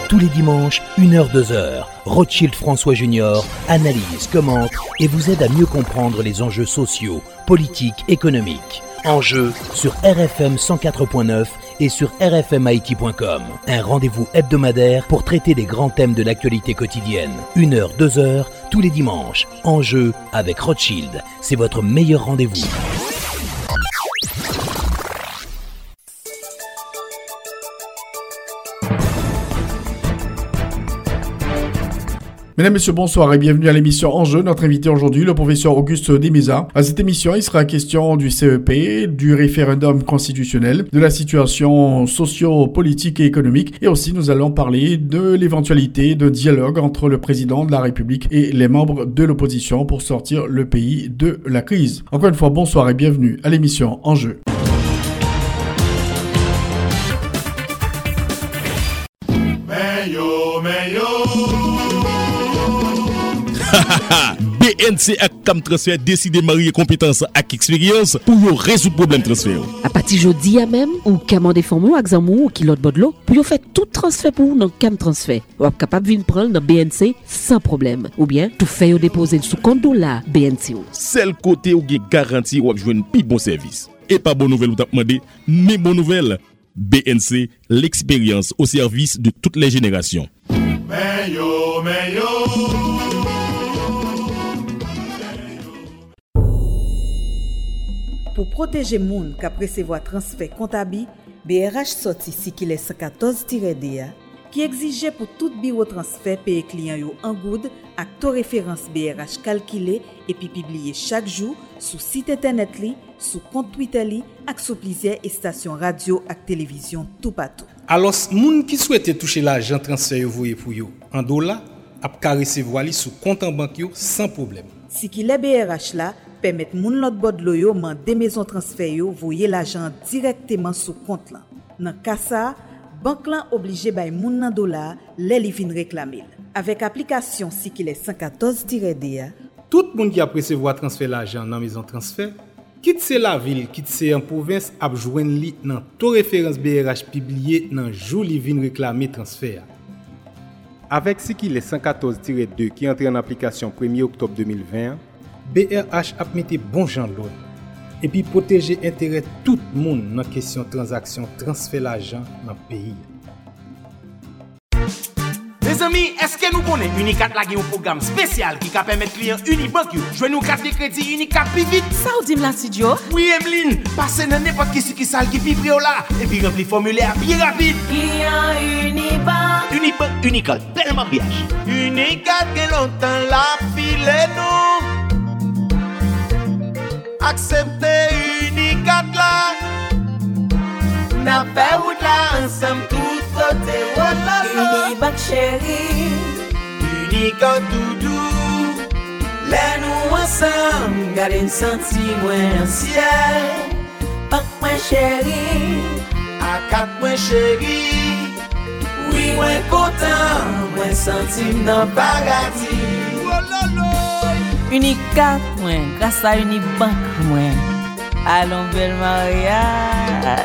Tous les dimanches, 1h-2h, Rothschild François Junior analyse, commente et vous aide à mieux comprendre les enjeux sociaux, politiques, économiques. Enjeux sur RFM 104.9 et sur rfmhaïti.com. Un rendez-vous hebdomadaire pour traiter des grands thèmes de l'actualité quotidienne. 1h-2h, tous les dimanches. Enjeux avec Rothschild. C'est votre meilleur rendez-vous. Mesdames, Messieurs, bonsoir et bienvenue à l'émission Enjeux. Notre invité aujourd'hui, le professeur Auguste Demesa. À cette émission, il sera question du CEP, du référendum constitutionnel, de la situation socio-politique et économique. Et aussi, nous allons parler de l'éventualité d'un dialogue entre le président de la République et les membres de l'opposition pour sortir le pays de la crise. Encore une fois, bonsoir et bienvenue à l'émission Enjeux. BNC ak Cam Transfer décide marier compétence ak expérience pour yo résoudre problème transfert. À partir jodi a même ou commander formou ak zamou qui l'autre bodlo pour yo faire tout transfert pour dans Cam Transfer. Ou capable vinn prendre dans BNC sans problème ou bien tout fait yo déposer sous compte dollar BNC. Seul côté ou gen garantie ou joindre pi bon service. Et pas bonne nouvelle ou t'a demandé, mais bonne nouvelle. BNC, l'expérience au service de toutes les générations. Pour protéger moun qui recevoir transfert comptable, BRH sorti si qu'il est 114-DA qui exigeait pour tout bureau transfert payer client yo en good ak taux référence BRH calculé et puis publié chaque jour sur site internet li, sur compte Twitter li ak sur plusieurs stations radio ak télévision tout partout. Alors moun qui souhaite toucher l'argent transfert voyé pour yo en dollars ap ka recevoir li sur compte en banque yo sans problème. Si qu'il est BRH là permettre moun lot bodlo yo mandé maison transfert yo voyer l'argent directement sur compte là. Dans cas ça, banque là obligé bay moun nan dollar les li vinn réclamer. Avec application si qu'il est 114-DA, tout moun qui a recevoir transfert l'argent dans maison transfert, quitte c'est la ville, quitte c'est en province ap joindre li dans taux référence BRH publié dans jour li vinn réclamer transfert. Avec si qu'il est 114-2 qui entre en application 1er octobre 2020, BRH a mis bon gens l'autre et puis protéger intérêt tout le monde dans question transaction transfert l'argent dans le pays. Mes amis, est-ce que nous connaissons Unicat la un programme spécial qui va permettre clients Unibank jouer nos cartes de crédit Unicat plus vite? Ça ou dit la studio? Oui, Emeline, passez dans n'importe qui sale qui vibre là et puis remplir formulaire bien rapide. Client Unibank. Unibank, Unicat, tellement bien. Unicat que longtemps la file nous. Acceptez Unicat là. N'a pas ou là ensemble tout côté voilà. Unibank chérie. Unicat doudou. Les nous ensemble garder un sentiment en ciel. Bank moi chérie. À quatre moi chérie. Oui moi content. Moi sentiment dans paradis. Unicat moi grâce à Unibank moi. Allons bel mariage.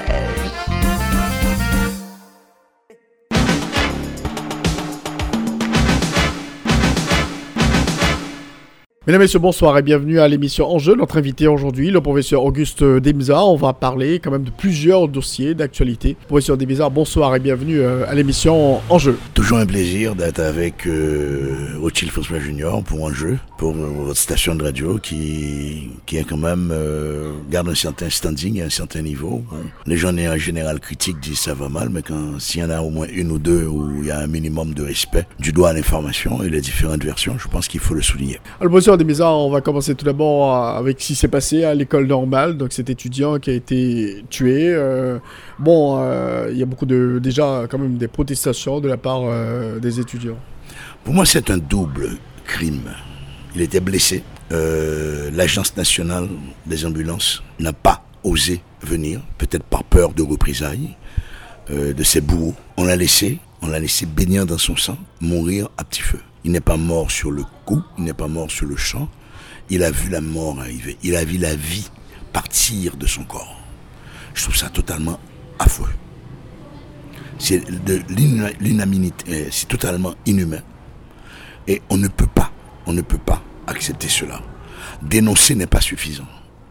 Mesdames, Messieurs, bonsoir et bienvenue à l'émission Enjeux. Notre invité aujourd'hui, le professeur Auguste Demesa. On va parler quand même de plusieurs dossiers d'actualité. Professeur Demesa, bonsoir et bienvenue à l'émission Enjeux. Toujours un plaisir d'être avec Rothschild François Junior pour Enjeux, pour votre station de radio qui est quand même garde un certain standing et un certain niveau. Bon, les gens en général critiquent, disent ça va mal, mais s'il y en a au moins une ou deux où il y a un minimum de respect du droit à l'information et les différentes versions, je pense qu'il faut le souligner. Alors, professeur Demesa, on va commencer tout d'abord avec ce qui s'est passé à l'école normale, donc cet étudiant qui a été tué. Il y a beaucoup déjà quand même des protestations de la part des étudiants. Pour moi, c'est un double crime. Il était blessé. L'Agence nationale des ambulances n'a pas osé venir, peut-être par peur de représailles de ses bourreaux. On l'a laissé baigner dans son sang, mourir à petit feu. Il n'est pas mort sur le coup, il n'est pas mort sur le champ. Il a vu la mort arriver. Il a vu la vie partir de son corps. Je trouve ça totalement affreux. C'est de l'inhumanité, c'est totalement inhumain. Et on ne peut pas accepter cela. Dénoncer n'est pas suffisant.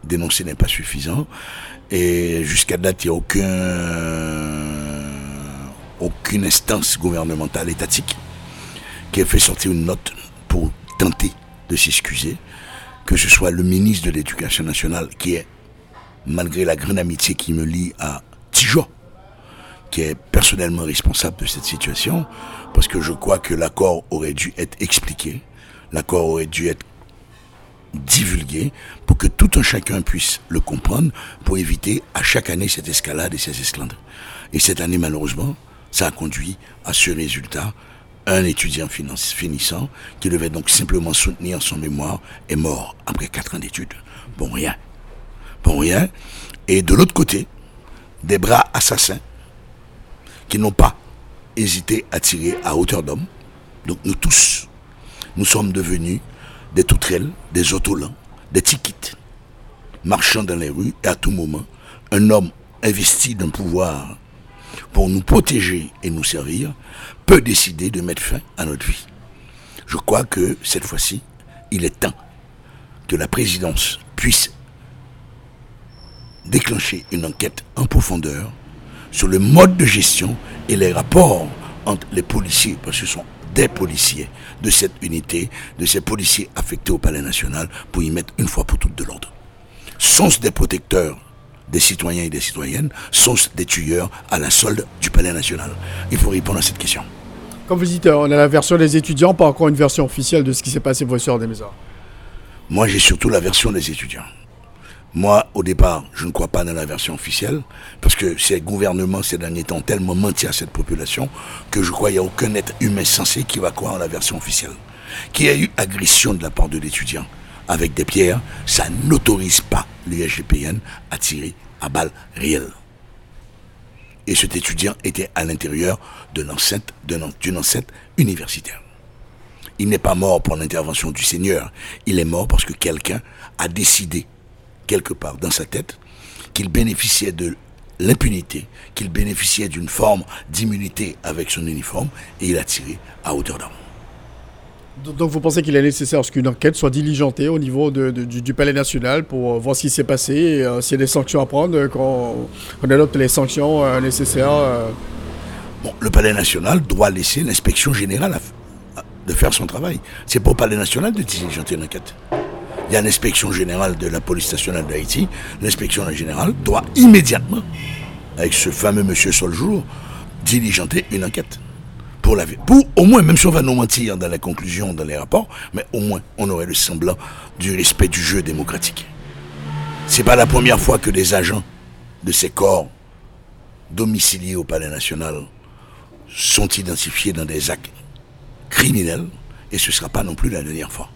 Et jusqu'à date, il n'y a aucune instance gouvernementale étatique qui a fait sortir une note pour tenter de s'excuser, que ce soit le ministre de l'Éducation nationale, qui est, malgré la grande amitié qui me lie à Tijo, qui est personnellement responsable de cette situation, parce que je crois que l'accord aurait dû être expliqué, l'accord aurait dû être divulgué, pour que tout un chacun puisse le comprendre, pour éviter à chaque année cette escalade et ces esclandres. Et cette année, malheureusement, ça a conduit à ce résultat. Un étudiant finissant, qui devait donc simplement soutenir son mémoire, est mort après 4 ans d'études. Bon rien. Et de l'autre côté, des bras assassins qui n'ont pas hésité à tirer à hauteur d'homme. Donc nous tous, nous sommes devenus des toutrelles, des autolents, des tickets, marchant dans les rues, et à tout moment, un homme investi d'un pouvoir pour nous protéger et nous servir, peut décider de mettre fin à notre vie. Je crois que cette fois-ci, il est temps que la présidence puisse déclencher une enquête en profondeur sur le mode de gestion et les rapports entre les policiers, parce que ce sont des policiers de cette unité, de ces policiers affectés au Palais National, pour y mettre une fois pour toutes de l'ordre. Sont-ce des protecteurs des citoyens et des citoyennes, sont-ce des tueurs à la solde du Palais National? Il faut répondre à cette question. Comme vous dites, on a la version des étudiants, pas encore une version officielle de ce qui s'est passé, professeur Desmaisons. Moi, j'ai surtout la version des étudiants. Moi, au départ, je ne crois pas dans la version officielle, parce que ces gouvernements, ces derniers temps, ont tellement menti à cette population, que je crois qu'il n'y a aucun être humain sensé qui va croire en la version officielle. Qu'il y a eu agression de la part de l'étudiant avec des pierres, ça n'autorise pas l'USGPN à tirer à balles réelles. Et cet étudiant était à l'intérieur d'une enceinte universitaire. Il n'est pas mort pour l'intervention du Seigneur, il est mort parce que quelqu'un a décidé, quelque part dans sa tête, qu'il bénéficiait de l'impunité, qu'il bénéficiait d'une forme d'immunité avec son uniforme, et il a tiré à hauteur d'homme. Donc vous pensez qu'il est nécessaire qu'une enquête soit diligentée au niveau du Palais National pour voir ce qui s'est passé, s'il y a des sanctions à prendre, qu'on adopte les sanctions nécessaires Bon, le Palais National doit laisser l'inspection générale de faire son travail. C'est pour le Palais National de diligenter une enquête. Il y a l'inspection générale de la police nationale d'Haïti. L'inspection générale doit immédiatement, avec ce fameux monsieur Soljour, diligenter une enquête. Pour au moins, même si on va nous mentir dans les conclusions, dans les rapports, mais au moins on aurait le semblant du respect du jeu démocratique. C'est pas la première fois que des agents de ces corps domiciliés au Palais National sont identifiés dans des actes criminels, et ce ne sera pas non plus la dernière fois.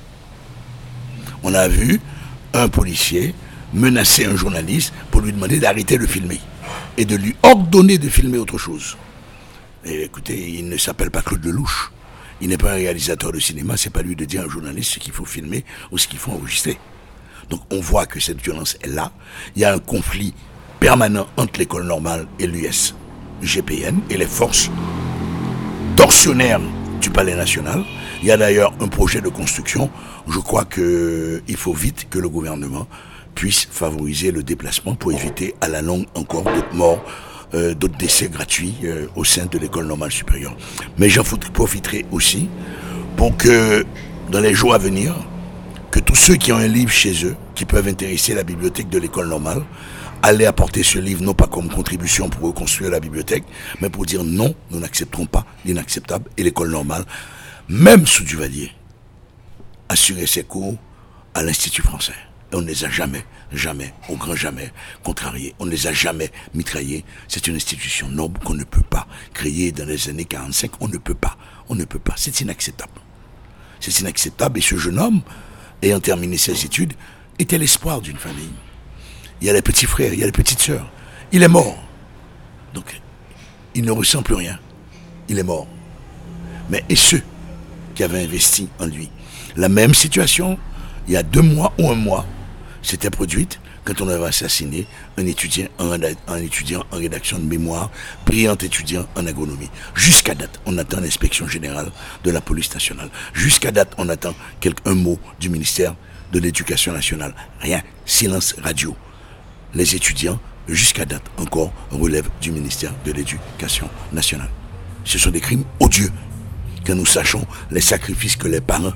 On a vu un policier menacer un journaliste pour lui demander d'arrêter de filmer et de lui ordonner de filmer autre chose. Et écoutez, il ne s'appelle pas Claude Lelouch. Il n'est pas un réalisateur de cinéma, c'est pas lui de dire à un journaliste ce qu'il faut filmer ou ce qu'il faut enregistrer. Donc on voit que cette violence est là. Il y a un conflit permanent entre l'école normale et l'USGPN et les forces tortionnaires du Palais National. Il y a d'ailleurs un projet de construction. Je crois qu'il faut vite que le gouvernement puisse favoriser le déplacement pour éviter à la longue encore d'autres morts, d'autres décès gratuits au sein de l'école normale supérieure. Mais j'en profiterai aussi pour que, dans les jours à venir, que tous ceux qui ont un livre chez eux, qui peuvent intéresser la bibliothèque de l'école normale, allez apporter ce livre non pas comme contribution pour reconstruire la bibliothèque, mais pour dire non, nous n'accepterons pas l'inacceptable, et l'école normale, même sous Duvalier, assurer ses cours à l'Institut français. Et on ne les a jamais, au grand jamais, contrariés. On ne les a jamais mitraillés. C'est une institution noble qu'on ne peut pas créer dans les années 45. On ne peut pas. C'est inacceptable. C'est inacceptable. Et ce jeune homme, ayant terminé ses études, était l'espoir d'une famille. Il y a les petits frères, il y a les petites sœurs. Il est mort. Donc, il ne ressent plus rien. Il est mort. Mais et ceux qui avaient investi en lui? La même situation, il y a 2 mois ou 1 mois, s'était produite quand on avait assassiné un étudiant en rédaction de mémoire, brillant étudiant en agronomie. Jusqu'à date, on attend l'inspection générale de la police nationale. Jusqu'à date, on attend un mot du ministère de l'Éducation nationale. Rien, silence radio. Les étudiants, jusqu'à date encore, relèvent du ministère de l'Éducation nationale. Ce sont des crimes odieux, que nous sachons les sacrifices que les parents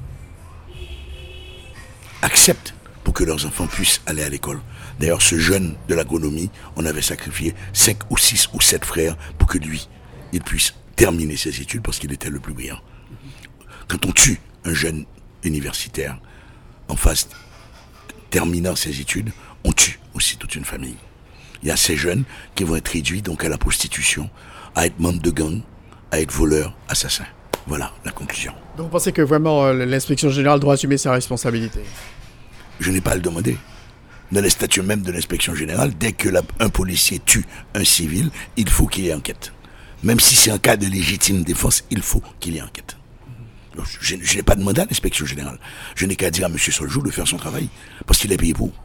acceptent pour que leurs enfants puissent aller à l'école. D'ailleurs, ce jeune de l'agronomie, on avait sacrifié 5 ou 6 ou 7 frères pour que lui, il puisse terminer ses études parce qu'il était le plus brillant. Quand on tue un jeune universitaire en phase terminant ses études, on tue aussi toute une famille. Il y a ces jeunes qui vont être réduits donc à la prostitution, à être membres de gangs, à être voleurs, assassins. Voilà la conclusion. Donc vous pensez que vraiment l'inspection générale doit assumer sa responsabilité? Je n'ai pas à le demander. Dans les statuts même de l'inspection générale, dès que un policier tue un civil, il faut qu'il y ait enquête. Même si c'est un cas de légitime défense, il faut qu'il y ait enquête. Donc, je n'ai pas demandé à l'inspection générale. Je n'ai qu'à dire à M. Soljour de faire son travail, parce qu'il est payé pour.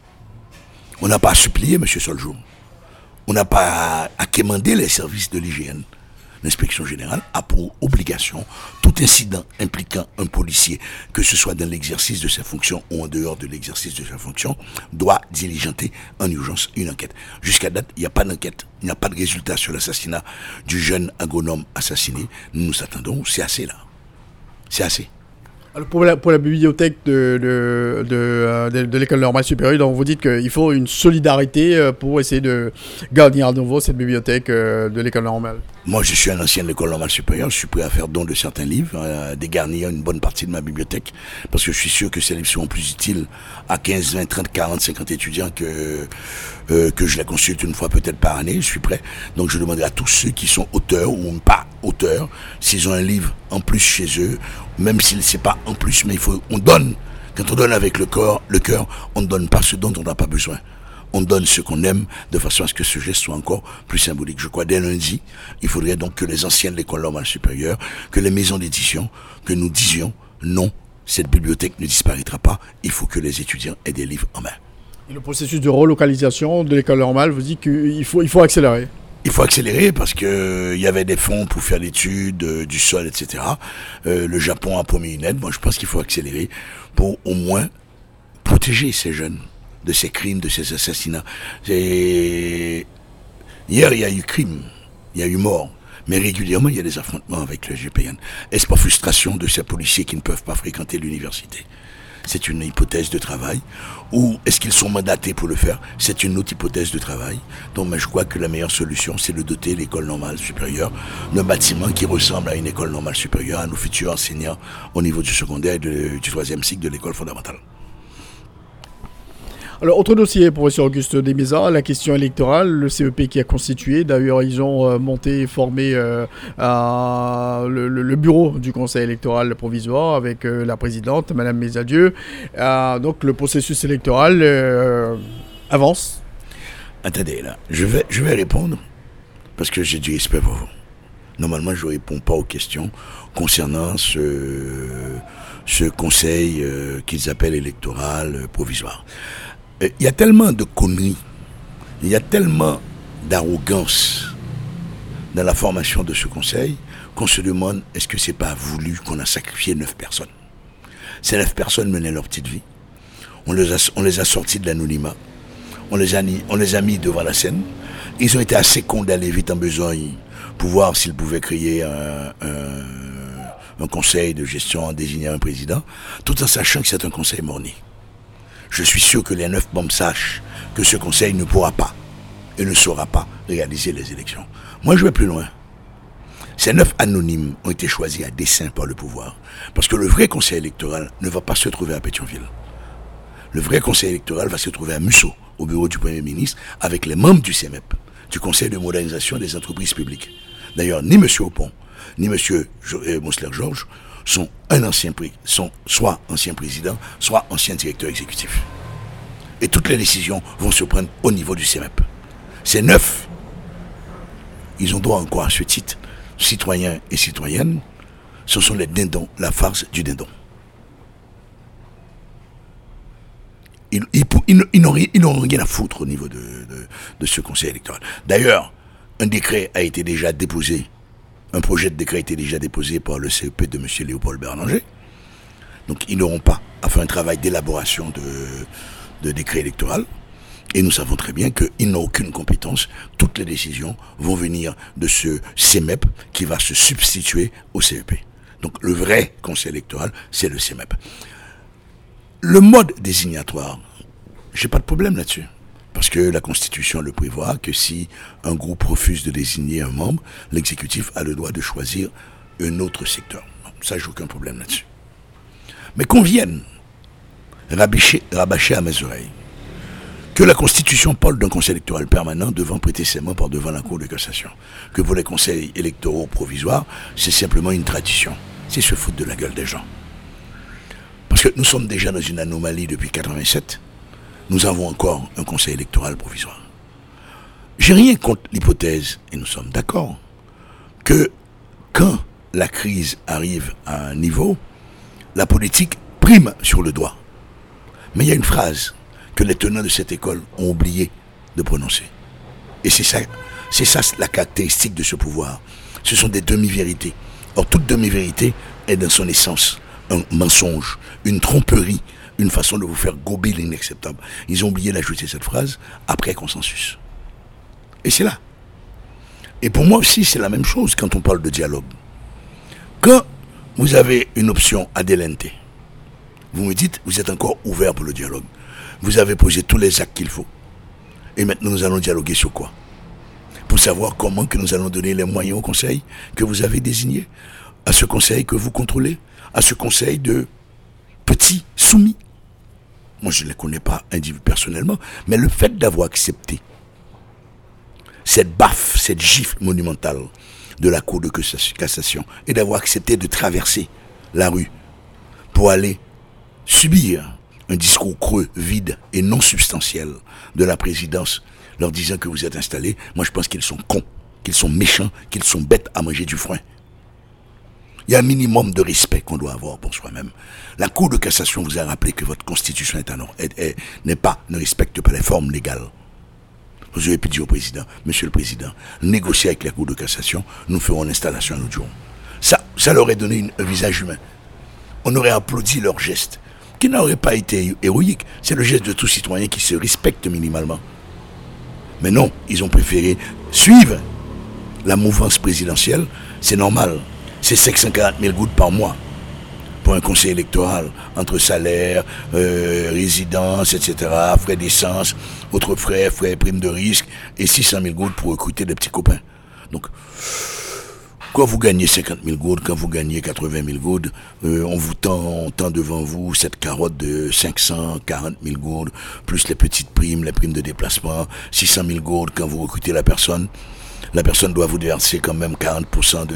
On n'a pas à supplier M. Soljour. On n'a pas à quémander les services de l'IGN. L'inspection générale a pour obligation tout incident impliquant un policier, que ce soit dans l'exercice de ses fonctions ou en dehors de l'exercice de ses fonctions, doit diligenter en urgence une enquête. Jusqu'à date, il n'y a pas d'enquête, il n'y a pas de résultat sur l'assassinat du jeune agronome assassiné. Nous nous attendons, c'est assez là. C'est assez. Alors pour la bibliothèque de l'école normale supérieure, donc vous dites qu'il faut une solidarité pour essayer de garder à nouveau cette bibliothèque de l'école normale. Moi, je suis un ancien de l'école normale supérieure. Je suis prêt à faire don de certains livres, dégarnir une bonne partie de ma bibliothèque, parce que je suis sûr que ces livres seront plus utiles à 15, 20, 30, 40, 50 étudiants que je les consulte une fois peut-être par année. Je suis prêt. Donc, je demanderai à tous ceux qui sont auteurs ou pas auteurs, s'ils ont un livre en plus chez eux, même s'il ne sait pas en plus, mais on donne. Quand on donne avec le cœur, on ne donne pas ce dont on n'a pas besoin. On donne ce qu'on aime de façon à ce que ce geste soit encore plus symbolique. Je crois dès lundi, il faudrait donc que les anciens de l'école normale supérieure, que les maisons d'édition, que nous disions non, cette bibliothèque ne disparaîtra pas, il faut que les étudiants aient des livres en main. Et le processus de relocalisation de l'école normale vous dit qu'il faut accélérer. Il faut accélérer parce que il y avait des fonds pour faire l'étude du sol, etc. Le Japon a promis une aide. Moi, je pense qu'il faut accélérer pour au moins protéger ces jeunes de ces crimes, de ces assassinats. Hier, il y a eu crime, il y a eu mort. Mais régulièrement, il y a des affrontements avec le GPN. Est-ce pas frustration de ces policiers qui ne peuvent pas fréquenter l'université? C'est une hypothèse de travail. Ou est-ce qu'ils sont mandatés pour le faire? C'est une autre hypothèse de travail. Donc, mais je crois que la meilleure solution, c'est de doter l'école normale supérieure d'un bâtiment qui ressemble à une école normale supérieure, à nos futurs enseignants au niveau du secondaire et du 3e cycle de l'école fondamentale. Alors, autre dossier, professeur Auguste Desmézas, la question électorale, le CEP qui a constitué. D'ailleurs, ils ont monté et formé le bureau du conseil électoral provisoire avec la présidente, Madame Mesadieu. Donc, le processus électoral avance. Attendez, là, je vais répondre parce que j'ai du respect pour vous. Normalement, je ne réponds pas aux questions concernant ce conseil qu'ils appellent électoral provisoire. Il y a tellement de conneries, il y a tellement d'arrogance dans la formation de ce conseil qu'on se demande est-ce que c'est pas voulu qu'on a sacrifié 9 personnes. Ces 9 personnes menaient leur petite vie. On les a sortis de l'anonymat. On les a mis devant la scène. Ils ont été assez cons d'aller vite en besogne pour voir s'ils pouvaient créer un conseil de gestion en désignant un président, tout en sachant que c'est un conseil morné. Je suis sûr que les 9 membres sachent que ce conseil ne pourra pas et ne saura pas réaliser les élections. Moi, je vais plus loin. Ces 9 anonymes ont été choisis à dessein par le pouvoir. Parce que le vrai conseil électoral ne va pas se trouver à Pétionville. Le vrai conseil électoral va se trouver à Musso, au bureau du Premier ministre, avec les membres du CEMEP, du Conseil de modernisation des entreprises publiques. D'ailleurs, ni M. Opon, ni M. Mosler-Georges sont soit anciens présidents, soit anciens directeurs exécutifs. Et toutes les décisions vont se prendre au niveau du CEMEP. Ces 9, ils ont droit encore à ce titre, citoyens et citoyennes, ce sont les dindons, la farce du dindon. Ils n'ont rien à foutre au niveau de ce conseil électoral. D'ailleurs, un projet de décret a été déjà déposé par le CEP de M. Léopold Berlanger. Donc ils n'auront pas à faire un travail d'élaboration de décret électoral. Et nous savons très bien qu'ils n'ont aucune compétence. Toutes les décisions vont venir de ce CEMEP qui va se substituer au CEP. Donc le vrai conseil électoral, c'est le CEMEP. Le mode désignatoire, j'ai pas de problème là-dessus. Parce que la Constitution le prévoit que si un groupe refuse de désigner un membre, l'exécutif a le droit de choisir un autre secteur. Non, ça, j'ai aucun problème là-dessus. Mais qu'on vienne rabâcher à mes oreilles que la Constitution parle d'un conseil électoral permanent devant prêter serment par devant la Cour de cassation. Que pour les conseils électoraux provisoires, c'est simplement une tradition. C'est se foutre de la gueule des gens. Parce que nous sommes déjà dans une anomalie depuis 1987. Nous avons encore un conseil électoral provisoire. J'ai rien contre l'hypothèse, et nous sommes d'accord, que quand la crise arrive à un niveau, la politique prime sur le droit. Mais il y a une phrase que les tenants de cette école ont oublié de prononcer. Et c'est ça la caractéristique de ce pouvoir. Ce sont des demi-vérités. Or, toute demi-vérité est dans son essence un mensonge, une tromperie, une façon de vous faire gober l'inacceptable. Ils ont oublié d'ajouter cette phrase après consensus. Et c'est là. Et pour moi aussi, c'est la même chose quand on parle de dialogue. Quand vous avez une option adelante, vous me dites, vous êtes encore ouvert pour le dialogue. Vous avez posé tous les actes qu'il faut. Et maintenant, nous allons dialoguer sur quoi? Pour savoir comment que nous allons donner les moyens au conseil que vous avez désigné, à ce conseil que vous contrôlez, à ce conseil de petits soumis. Moi, je ne les connais pas personnellement, mais le fait d'avoir accepté cette baffe, cette gifle monumentale de la Cour de cassation et d'avoir accepté de traverser la rue pour aller subir un discours creux, vide et non substantiel de la présidence, leur disant que vous êtes installés, moi je pense qu'ils sont cons, qu'ils sont méchants, qu'ils sont bêtes à manger du foin. Il y a un minimum de respect qu'on doit avoir pour soi-même. La Cour de cassation vous a rappelé que votre constitution ne respecte pas les formes légales. Vous avez pu dire au président, monsieur le président, négocier avec la Cour de cassation, nous ferons l'installation à notre jour. Ça leur aurait donné un visage humain. On aurait applaudi leur geste, qui n'aurait pas été héroïque. C'est le geste de tout citoyen qui se respecte minimalement. Mais non, ils ont préféré suivre la mouvance présidentielle. C'est normal. C'est 540 000 gouttes par mois pour un conseil électoral, entre salaire, résidence, etc., frais d'essence, autres frais primes de risque, et 600 000 gouttes pour recruter des petits copains. Donc, quand vous gagnez 50 000 gouttes, quand vous gagnez 80 000 gouttes, on tend devant vous cette carotte de 540 000 gouttes, plus les petites primes, les primes de déplacement, 600 000 gouttes quand vous recrutez la personne. La personne doit vous verser quand même 40%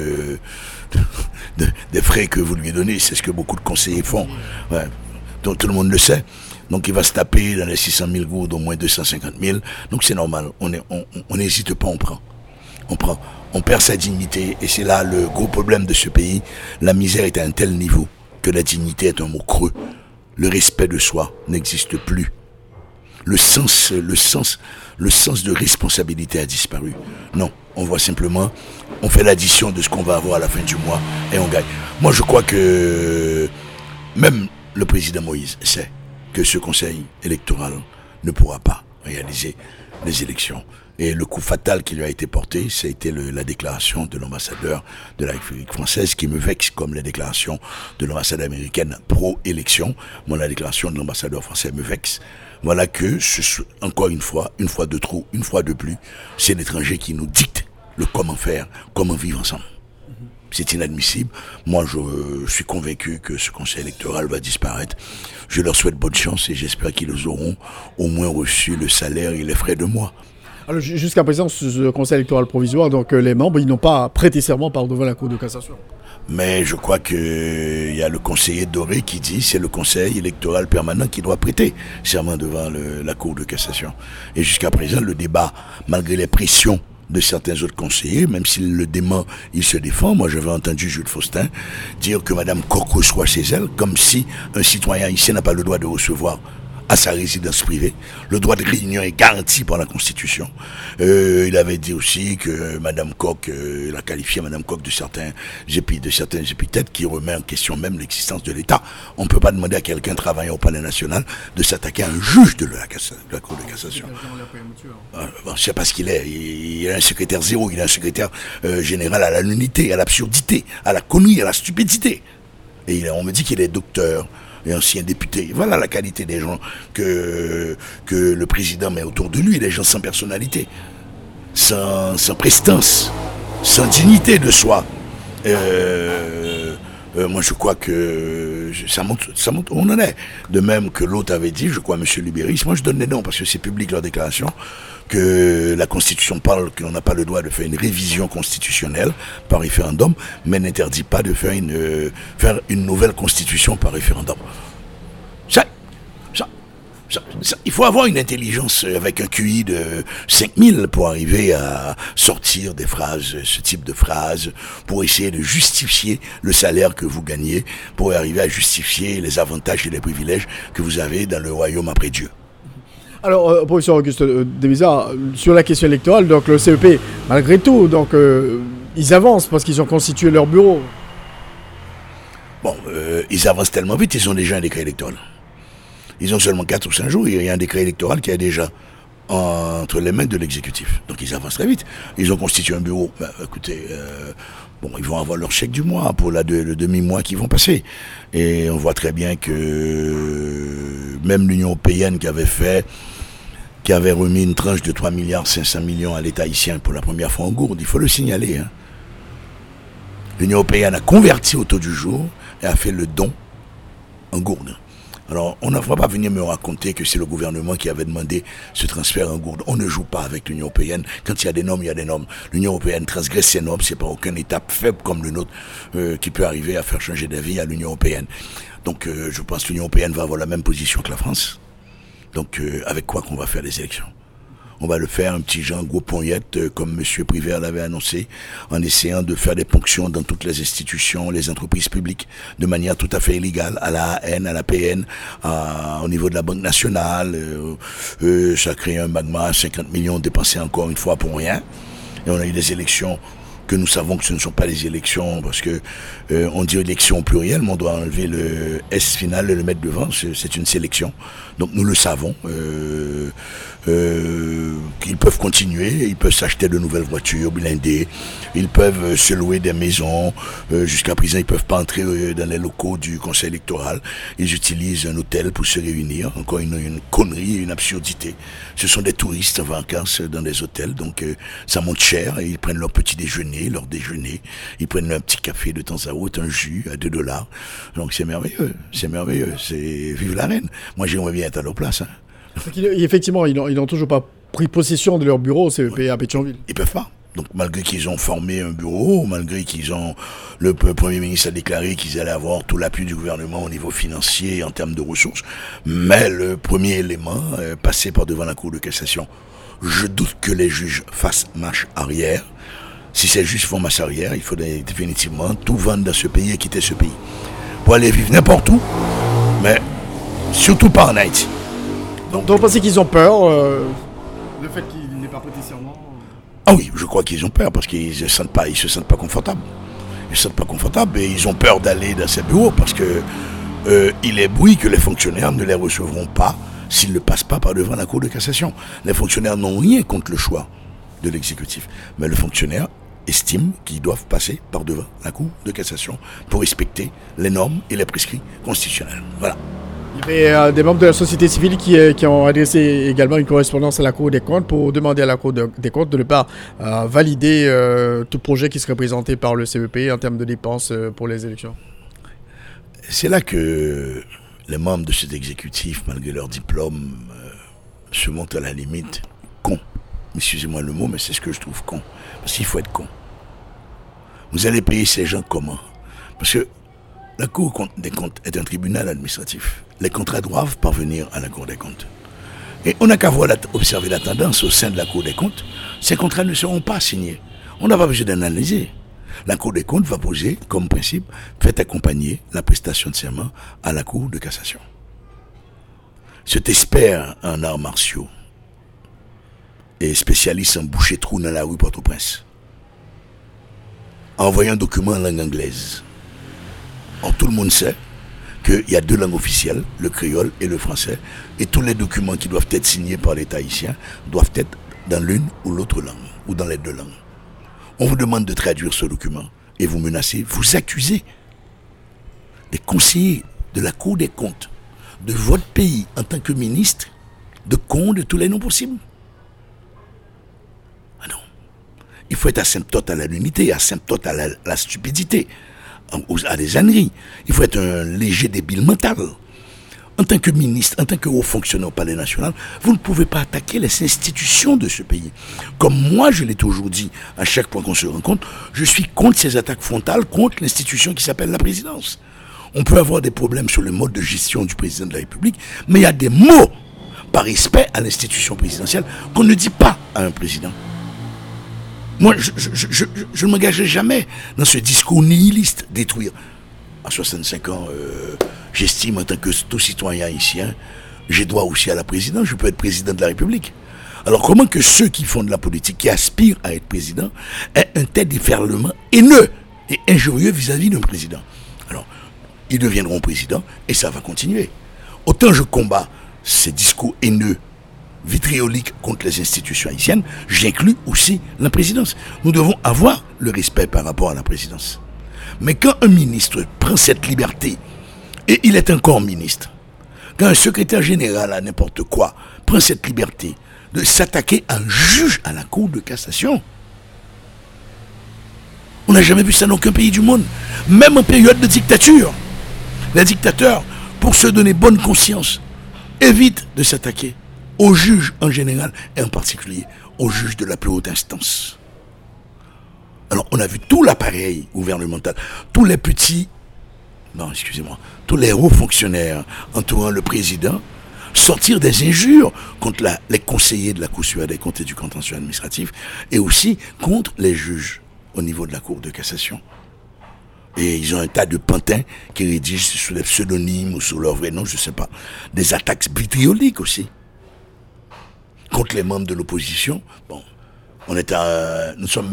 des frais que vous lui donnez. C'est ce que beaucoup de conseillers font. Ouais. Donc tout le monde le sait. Donc il va se taper dans les 600 000 gouttes au moins 250 000. Donc c'est normal. On n'hésite pas, on prend. On perd sa dignité. Et c'est là le gros problème de ce pays. La misère est à un tel niveau que la dignité est un mot creux. Le respect de soi n'existe plus. Le sens de responsabilité a disparu. Non, on voit simplement, on fait l'addition de ce qu'on va avoir à la fin du mois et on gagne. Moi, je crois que même le président Moïse sait que ce conseil électoral ne pourra pas réaliser les élections. Et le coup fatal qui lui a été porté, ça a été la déclaration de l'ambassadeur de la République française, qui me vexe comme la déclaration de l'ambassade américaine pro-élection. Moi, la déclaration de l'ambassadeur français me vexe. Voilà que, encore une fois de trop, une fois de plus, c'est l'étranger qui nous dicte le comment faire, comment vivre ensemble. C'est inadmissible. Moi, je suis convaincu que ce conseil électoral va disparaître. Je leur souhaite bonne chance et j'espère qu'ils auront au moins reçu le salaire et les frais de mois. Alors, jusqu'à présent, ce conseil électoral provisoire, donc les membres, ils n'ont pas prêté serment par devant la Cour de cassation. Mais je crois qu'il y a le conseiller Doré qui dit c'est le conseil électoral permanent qui doit prêter serment devant la Cour de cassation. Et jusqu'à présent, le débat, malgré les pressions de certains autres conseillers, même s'il le dément, il se défend. Moi, j'avais entendu Jules Faustin dire que Mme Coq reçoit chez elle, comme si un citoyen ici n'a pas le droit de recevoir à sa résidence privée. Le droit de réunion est garanti par la Constitution. Il avait dit aussi que Madame Koch, il a qualifié Madame Koch de certaines épithètes qui remet en question même l'existence de l'État. On ne peut pas demander à quelqu'un travaillant au palais national de s'attaquer à un juge de la Cour de cassation. Je ne sais pas ce qu'il est. Il est un secrétaire zéro, il est un secrétaire général à la nullité, à l'absurdité, à la connerie, à la stupidité. Et on me dit qu'il est docteur et ancien député. Voilà la qualité des gens que le président met autour de lui, des gens sans personnalité, sans prestance, sans dignité de soi. Moi je crois que ça monte où on en est. De même que l'autre avait dit, je crois, M. Libéris, moi je donne les noms parce que c'est public leur déclaration, que la Constitution parle qu'on n'a pas le droit de faire une révision constitutionnelle par référendum, mais n'interdit pas de faire une nouvelle Constitution par référendum. Il faut avoir une intelligence avec un QI de 5000 pour arriver à sortir des phrases, ce type de phrases, pour essayer de justifier le salaire que vous gagnez, pour arriver à justifier les avantages et les privilèges que vous avez dans le royaume après Dieu. Alors, professeur Auguste Demisa, sur la question électorale, donc le CEP, malgré tout, donc ils avancent parce qu'ils ont constitué leur bureau. Bon, ils avancent tellement vite, ils ont déjà un décret électoral. Ils ont seulement 4 ou 5 jours, il y a un décret électoral qui est déjà entre les mains de l'exécutif. Donc ils avancent très vite. Ils ont constitué un bureau. Écoutez, ils vont avoir leur chèque du mois pour le demi-mois qui vont passer. Et on voit très bien que même l'Union européenne qui avait remis une tranche de 3,5 milliards à l'État haïtien pour la première fois en gourde, il faut le signaler. L'Union européenne a converti au taux du jour et a fait le don en gourde. Alors, on ne va pas venir me raconter que c'est le gouvernement qui avait demandé ce transfert en gourde. On ne joue pas avec l'Union européenne. Quand il y a des normes, il y a des normes. L'Union européenne transgresse ses normes. C'est pas aucune étape faible comme le nôtre qui peut arriver à faire changer d'avis à l'Union européenne. Donc, je pense que l'Union européenne va avoir la même position que la France. Donc, avec quoi qu'on va faire les élections? On va le faire un petit genre gros poignette, comme M. Privert l'avait annoncé, en essayant de faire des ponctions dans toutes les institutions, les entreprises publiques, de manière tout à fait illégale, à la AN, à la PN, au niveau de la Banque nationale. Ça crée un magma, 50 millions dépensés encore une fois pour rien. Et on a eu des élections que nous savons que ce ne sont pas les élections, parce que on dit élection au pluriel, mais on doit enlever le S final et le mettre devant, c'est une sélection. Donc nous le savons. Ils peuvent continuer, ils peuvent s'acheter de nouvelles voitures blindées, ils peuvent se louer des maisons, jusqu'à présent ils peuvent pas entrer dans les locaux du conseil électoral, ils utilisent un hôtel pour se réunir, encore une connerie, une absurdité. Ce sont des touristes en vacances dans des hôtels, donc ça monte cher, et ils prennent leur petit déjeuner, leur déjeuner, ils prennent un petit café de temps à autre, un jus à $2, donc c'est merveilleux, c'est vive la reine. Moi j'aimerais bien être à leur place. Effectivement, ils n'ont toujours pas pris possession de leur bureau au CEP à Pétionville. Ils peuvent pas. Donc malgré qu'ils ont formé un bureau, malgré le Premier ministre a déclaré qu'ils allaient avoir tout l'appui du gouvernement au niveau financier et en termes de ressources, mais le premier élément, passer par devant la Cour de cassation, je doute que les juges fassent marche arrière. Si ces juges font marche arrière, il faudrait définitivement tout vendre dans ce pays et quitter ce pays. Pour aller vivre n'importe où, mais surtout pas en Haïti. Donc vous pensez qu'ils ont peur le fait qu'il n'ait pas prêté serment? Ah oui, je crois qu'ils ont peur parce qu'ils se sentent pas confortables. Ils se sentent pas confortables et ils ont peur d'aller dans ces bureaux parce que il est bruit que les fonctionnaires ne les recevront pas s'ils ne passent pas par devant la Cour de cassation. Les fonctionnaires n'ont rien contre le choix de l'exécutif, mais le fonctionnaire estime qu'ils doivent passer par devant la Cour de cassation pour respecter les normes et les prescrits constitutionnels. Voilà. Il y avait des membres de la société civile qui ont adressé également une correspondance à la Cour des comptes pour demander à la Cour des comptes de ne pas valider tout projet qui serait présenté par le CEP en termes de dépenses pour les élections. C'est là que les membres de cet exécutif, malgré leur diplôme, se montrent à la limite cons. Excusez-moi le mot, mais c'est ce que je trouve con. Parce qu'il faut être con. Vous allez payer ces gens comment? Parce que la Cour des comptes est un tribunal administratif. Les contrats doivent parvenir à la Cour des comptes. Et on n'a qu'à observer la tendance au sein de la Cour des comptes. Ces contrats ne seront pas signés. On n'a pas besoin d'analyser. La Cour des comptes va poser comme principe, faites accompagner la prestation de serment à la Cour de cassation. cet expert en arts martiaux et spécialiste en boucher-trou dans la rue Port-au-Prince a envoyé un document en langue anglaise. Or, tout le monde sait qu'il y a 2 langues officielles, le créole et le français, et tous les documents qui doivent être signés par l'État haïtien doivent être dans l'une ou l'autre langue, ou dans les 2 langues. On vous demande de traduire ce document, et vous menacez, vous accusez des conseillers de la Cour des comptes de votre pays en tant que ministre de con de tous les noms possibles. Ah non. Il faut être asymptote à la l'unité, asymptote à la stupidité, à des âneries. Il faut être un léger débile mental. En tant que ministre, en tant que haut fonctionnaire au Palais national, vous ne pouvez pas attaquer les institutions de ce pays. Comme moi, je l'ai toujours dit, à chaque fois qu'on se rencontre, je suis contre ces attaques frontales, contre l'institution qui s'appelle la présidence. On peut avoir des problèmes sur le mode de gestion du président de la République, mais il y a des mots, par respect à l'institution présidentielle, qu'on ne dit pas à un président. Moi, je ne m'engagerai jamais dans ce discours nihiliste, détruire. À 65 ans, j'estime en tant que tout citoyen haïtien, j'ai droit aussi à la présidence, je peux être président de la République. Alors comment que ceux qui font de la politique, qui aspirent à être président, aient un tel déferlement haineux et injurieux vis-à-vis d'un président? Alors, ils deviendront présidents et ça va continuer. Autant je combats ces discours haineux, vitrioliques contre les institutions haïtiennes, j'inclus aussi la présidence. Nous devons avoir le respect par rapport à la présidence. Mais quand un ministre prend cette liberté, et il est encore ministre, quand un secrétaire général à n'importe quoi prend cette liberté de s'attaquer à un juge à la Cour de cassation, on n'a jamais vu ça dans aucun pays du monde, même en période de dictature. Les dictateurs, pour se donner bonne conscience, évitent de s'attaquer aux juges en général et en particulier aux juges de la plus haute instance. Alors on a vu tout l'appareil gouvernemental, tous les hauts fonctionnaires entourant le président sortir des injures contre les conseillers de la Cour supérieure des comptes et du contentieux administratif et aussi contre les juges au niveau de la Cour de cassation. Et ils ont un tas de pantins qui rédigent sous les pseudonymes ou sous leur vrai nom, je ne sais pas, des attaques vitrioliques aussi contre les membres de l'opposition. Bon, nous sommes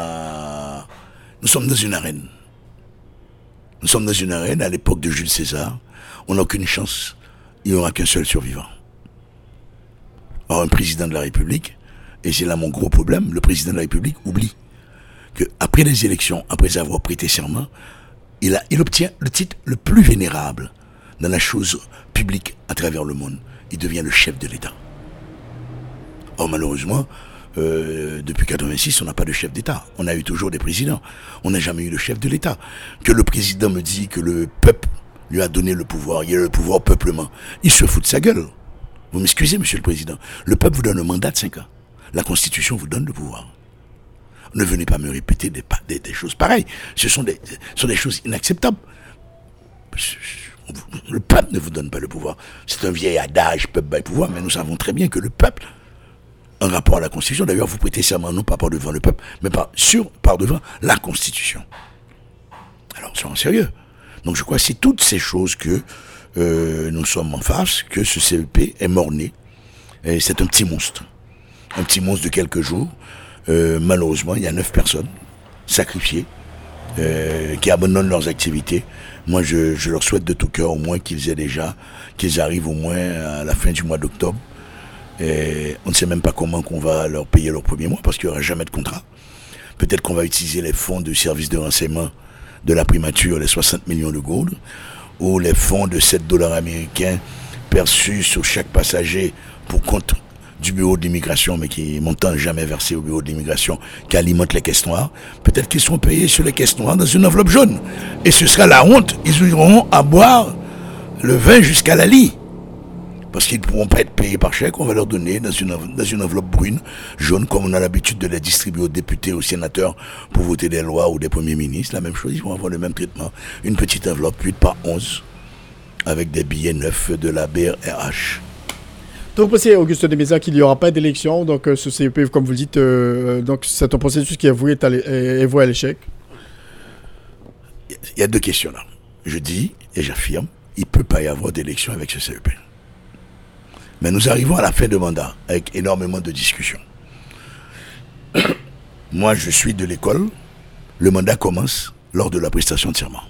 dans une arène. Nous sommes dans une arène à l'époque de Jules César. On n'a aucune chance. Il n'y aura qu'un seul survivant. Or, un président de la République, et c'est là mon gros problème, le président de la République oublie qu'après les élections, après avoir prêté serment, il obtient le titre le plus vénérable dans la chose publique à travers le monde. Il devient le chef de l'État. Or, malheureusement, depuis 86, on n'a pas de chef d'État. On a eu toujours des présidents. On n'a jamais eu de chef de l'État. Que le président me dit que le peuple lui a donné le pouvoir, il a le pouvoir peuplement. Il se fout de sa gueule. Vous m'excusez, monsieur le président. Le peuple vous donne un mandat de 5 ans. La Constitution vous donne le pouvoir. Ne venez pas me répéter des choses pareilles. Ce sont des choses inacceptables. Le peuple ne vous donne pas le pouvoir. C'est un vieil adage, peuple bat le pouvoir, mais nous savons très bien que le peuple, en rapport à la Constitution, d'ailleurs vous prêtez serment non pas par devant le peuple, mais par devant la Constitution. Alors soyons sérieux. Donc je crois que c'est toutes ces choses que nous sommes en face, que ce CEP est mort-né. Et c'est un petit monstre. Un petit monstre de quelques jours. Malheureusement, il y a 9 personnes sacrifiées qui abandonnent leurs activités. Moi, je leur souhaite de tout cœur au moins qu'ils arrivent au moins à la fin du mois d'octobre. Et on ne sait même pas comment qu'on va leur payer leur premier mois parce qu'il n'y aura jamais de contrat. Peut-être qu'on va utiliser les fonds du service de renseignement de la primature, les 60 millions de gourdes, ou les fonds de $7 américains perçus sur chaque passager pour compte du bureau de l'immigration, mais qui est montant jamais versé au bureau de l'immigration, qui alimente les caisses noires. Peut-être qu'ils seront payés sur les caisses noires dans une enveloppe jaune. Et ce sera la honte. Ils auront à boire le vin jusqu'à la lie. Parce qu'ils ne pourront pas être payés par chèque, on va leur donner dans une enveloppe brune, jaune, comme on a l'habitude de les distribuer aux députés, aux sénateurs pour voter des lois ou des premiers ministres. La même chose, ils vont avoir le même traitement. Une petite enveloppe 8x11 avec des billets neufs de la BRH. Donc, vous pensez, Auguste Desmaisons, qu'il n'y aura pas d'élection, donc ce CEP, comme vous le dites, donc c'est un processus qui est voué à l'échec? Il y a 2 questions là. Je dis et j'affirme, il ne peut pas y avoir d'élection avec ce CEP. Mais nous arrivons à la fin de mandat avec énormément de discussions. Moi, je suis de l'école. Le mandat commence lors de la prestation de serment.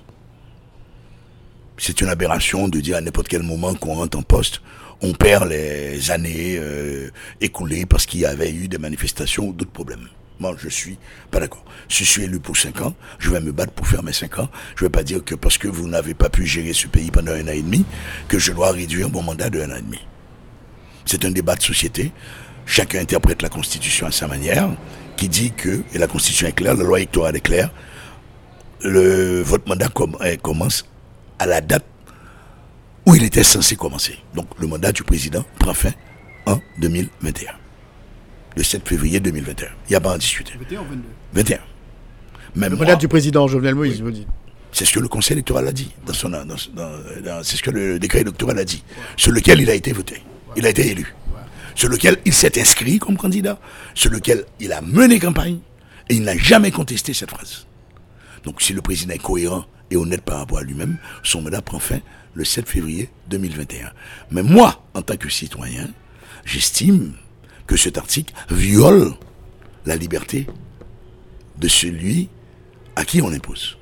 C'est une aberration de dire à n'importe quel moment qu'on rentre en poste, on perd les années écoulées parce qu'il y avait eu des manifestations ou d'autres problèmes. Moi, je suis pas d'accord. Je suis élu pour 5 ans, je vais me battre pour faire mes 5 ans. Je ne vais pas dire que parce que vous n'avez pas pu gérer ce pays pendant 1 an et demi, que je dois réduire mon mandat de 1 an et demi. C'est un débat de société. Chacun interprète la Constitution à sa manière, qui dit que, et la Constitution est claire, la loi électorale est claire, votre mandat commence à la date où il était censé commencer. Donc le mandat du président prend fin en 2021. Le 7 février 2021. Il n'y a pas à en discuter. 21 ou 22 21. Même le mandat du président Jovenel Moïse, vous dites. C'est ce que le Conseil électoral a dit. C'est ce que le décret électoral a dit. Sur lequel il a été voté. Il a été élu. Sur lequel il s'est inscrit comme candidat. Sur lequel il a mené campagne. Et il n'a jamais contesté cette phrase. Donc si le président est cohérent et honnête par rapport à lui-même, son mandat prend fin le 7 février 2021. Mais moi, en tant que citoyen, j'estime que cet article viole la liberté de celui à qui on l'impose.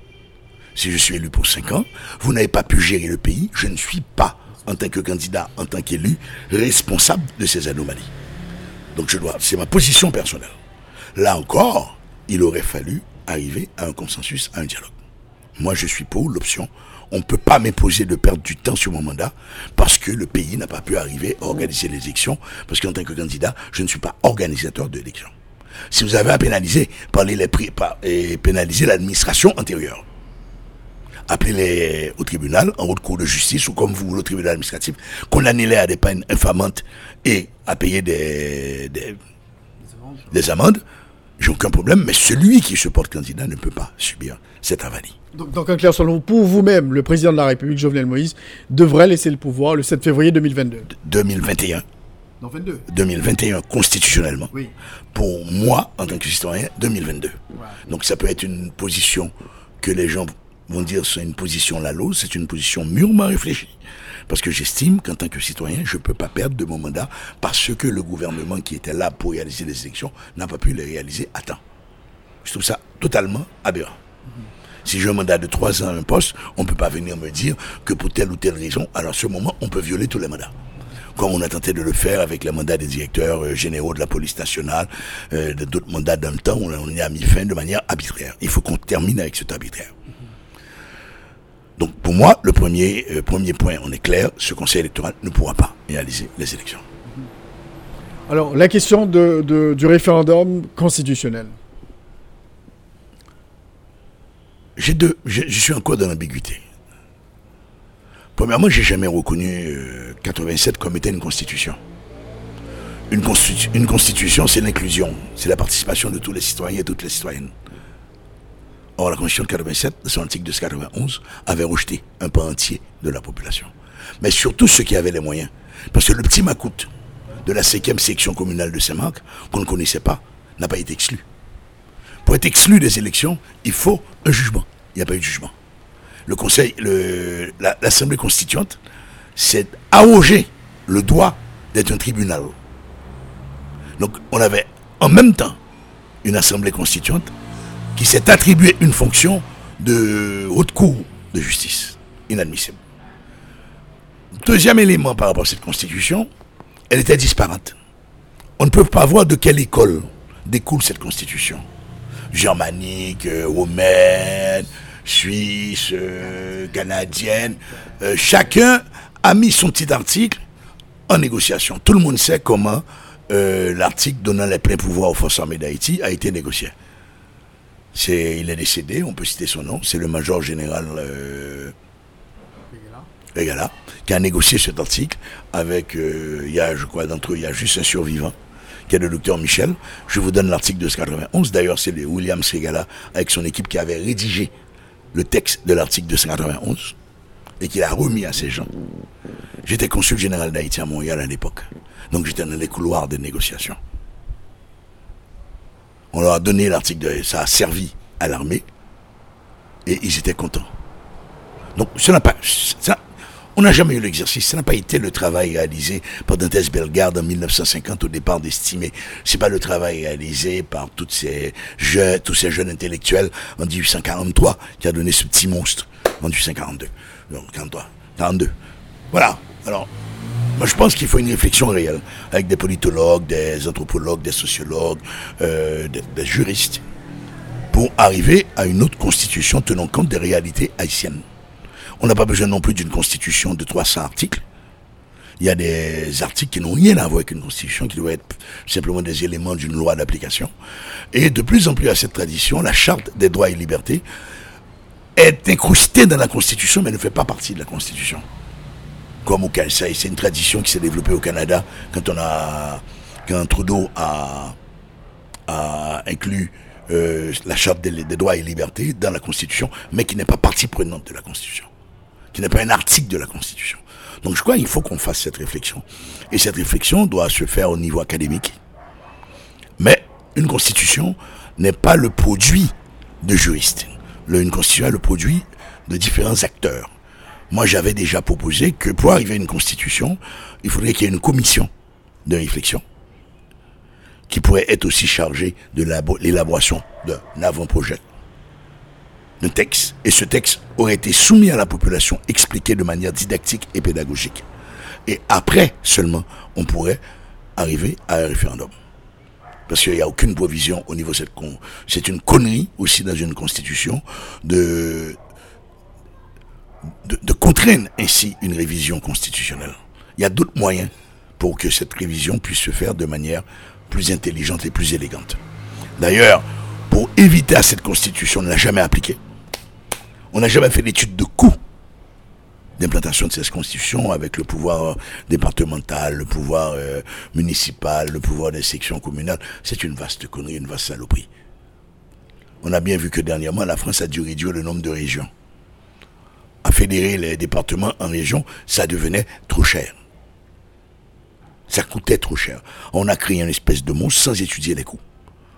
Si je suis élu pour 5 ans, vous n'avez pas pu gérer le pays, je ne suis pas, en tant que candidat, en tant qu'élu, responsable de ces anomalies. Donc c'est ma position personnelle. Là encore, il aurait fallu arriver à un consensus, à un dialogue. Moi, je suis pour l'option. On ne peut pas m'imposer de perdre du temps sur mon mandat parce que le pays n'a pas pu arriver à organiser les élections, parce qu'en tant que candidat, je ne suis pas organisateur de l'élection. Si vous avez à pénaliser, pénaliser l'administration antérieure. Appelez-les au tribunal, en haute cour de justice, ou comme vous voulez au tribunal administratif, condamnez-les à des peines infamantes et à payer des amendes. J'ai aucun problème, mais celui qui se porte candidat ne peut pas subir cette avalie. Donc en clair, selon vous, pour vous-même, le président de la République, Jovenel Moïse, devrait laisser le pouvoir le 7 février 2022 2021. Non, 22. 2021, constitutionnellement. Oui. Pour moi, en tant que citoyen, 2022. Ouais. Donc ça peut être une position que les gens vont dire c'est une position Lalo, c'est une position mûrement réfléchie. Parce que j'estime qu'en tant que citoyen, je ne peux pas perdre de mon mandat parce que le gouvernement qui était là pour réaliser les élections n'a pas pu les réaliser à temps. Je trouve ça totalement aberrant. Si j'ai un mandat de 3 ans à un poste, on ne peut pas venir me dire que pour telle ou telle raison, alors à ce moment, on peut violer tous les mandats. Comme on a tenté de le faire avec les mandats des directeurs généraux de la police nationale, d'autres mandats dans le temps, on y a mis fin de manière arbitraire. Il faut qu'on termine avec cet arbitraire. Donc pour moi, le premier point, on est clair, ce conseil électoral ne pourra pas réaliser les élections. Alors la question du référendum constitutionnel. Je suis encore dans l'ambiguïté. Premièrement, j'ai jamais reconnu 87 comme étant une constitution. Une constitution, c'est l'inclusion, c'est la participation de tous les citoyens et toutes les citoyennes. Or, la Constitution de 87, dans son article de 91, avait rejeté un pan entier de la population. Mais surtout ceux qui avaient les moyens. Parce que le petit macoute de la 5e section communale de Saint-Marc, qu'on ne connaissait pas, n'a pas été exclu. Pour être exclu des élections, il faut un jugement. Il n'y a pas eu de jugement. L'Assemblée constituante s'est arrogé le droit d'être un tribunal. Donc, on avait en même temps une Assemblée constituante qui s'est attribué une fonction de haute cour de justice. Inadmissible. Deuxième élément par rapport à cette constitution, elle était disparate. On ne peut pas voir de quelle école découle cette constitution. Germanique, romaine, suisse, canadienne. Chacun a mis son petit article en négociation. Tout le monde sait comment l'article donnant les pleins pouvoirs aux forces armées d'Haïti a été négocié. Il est décédé, on peut citer son nom, c'est le major général Regala, qui a négocié cet article avec, je crois d'entre eux, il y a juste un survivant, qui est le docteur Michel. Je vous donne l'article de 91, d'ailleurs c'est William Regala avec son équipe qui avait rédigé le texte de l'article de 91 et qui l'a remis à ces gens. J'étais consul général d'Haïti à Montréal à l'époque, donc j'étais dans les couloirs des négociations. On leur a donné l'article, ça a servi à l'armée et ils étaient contents. Donc ça n'a pas, On n'a jamais eu l'exercice. Ça n'a pas été le travail réalisé par Dantes Bellegarde en 1950 au départ d'Estimé. C'est pas le travail réalisé par tous ces jeunes intellectuels en 1843 qui a donné ce petit monstre en 1842. Donc, 42. Voilà. Alors, moi je pense qu'il faut une réflexion réelle avec des politologues, des anthropologues, des sociologues, des juristes pour arriver à une autre constitution tenant compte des réalités haïtiennes. On n'a pas besoin non plus d'une constitution de 300 articles. Il y a des articles qui n'ont rien à voir avec une constitution, qui doivent être simplement des éléments d'une loi d'application. Et de plus en plus à cette tradition, la charte des droits et libertés est incrustée dans la constitution, mais ne fait pas partie de la constitution. Comme au Canada, c'est une tradition qui s'est développée au Canada quand Trudeau a inclus la charte des droits et libertés dans la constitution, mais qui n'est pas partie prenante de la constitution, qui n'est pas un article de la Constitution. Donc je crois qu'il faut qu'on fasse cette réflexion. Et cette réflexion doit se faire au niveau académique. Mais une Constitution n'est pas le produit de juristes. Une Constitution est le produit de différents acteurs. Moi j'avais déjà proposé que pour arriver à une Constitution, il faudrait qu'il y ait une commission de réflexion qui pourrait être aussi chargée de l'élaboration d'un avant-projet, d'un texte, et ce texte aurait été soumis à la population, expliqué de manière didactique et pédagogique. Et après seulement, on pourrait arriver à un référendum. Parce qu'il n'y a aucune provision au niveau de cette c'est une connerie aussi dans une constitution de contraindre ainsi une révision constitutionnelle. Il y a d'autres moyens pour que cette révision puisse se faire de manière plus intelligente et plus élégante. D'ailleurs, pour éviter à cette constitution, on ne l'a jamais appliquée. On n'a jamais fait d'étude de coût d'implantation de cette constitution avec le pouvoir départemental, le pouvoir municipal, le pouvoir des sections communales. C'est une vaste connerie, une vaste saloperie. On a bien vu que dernièrement, la France a dû réduire le nombre de régions. À fédérer les départements en régions, ça devenait trop cher. Ça coûtait trop cher. On a créé une espèce de monstre sans étudier les coûts.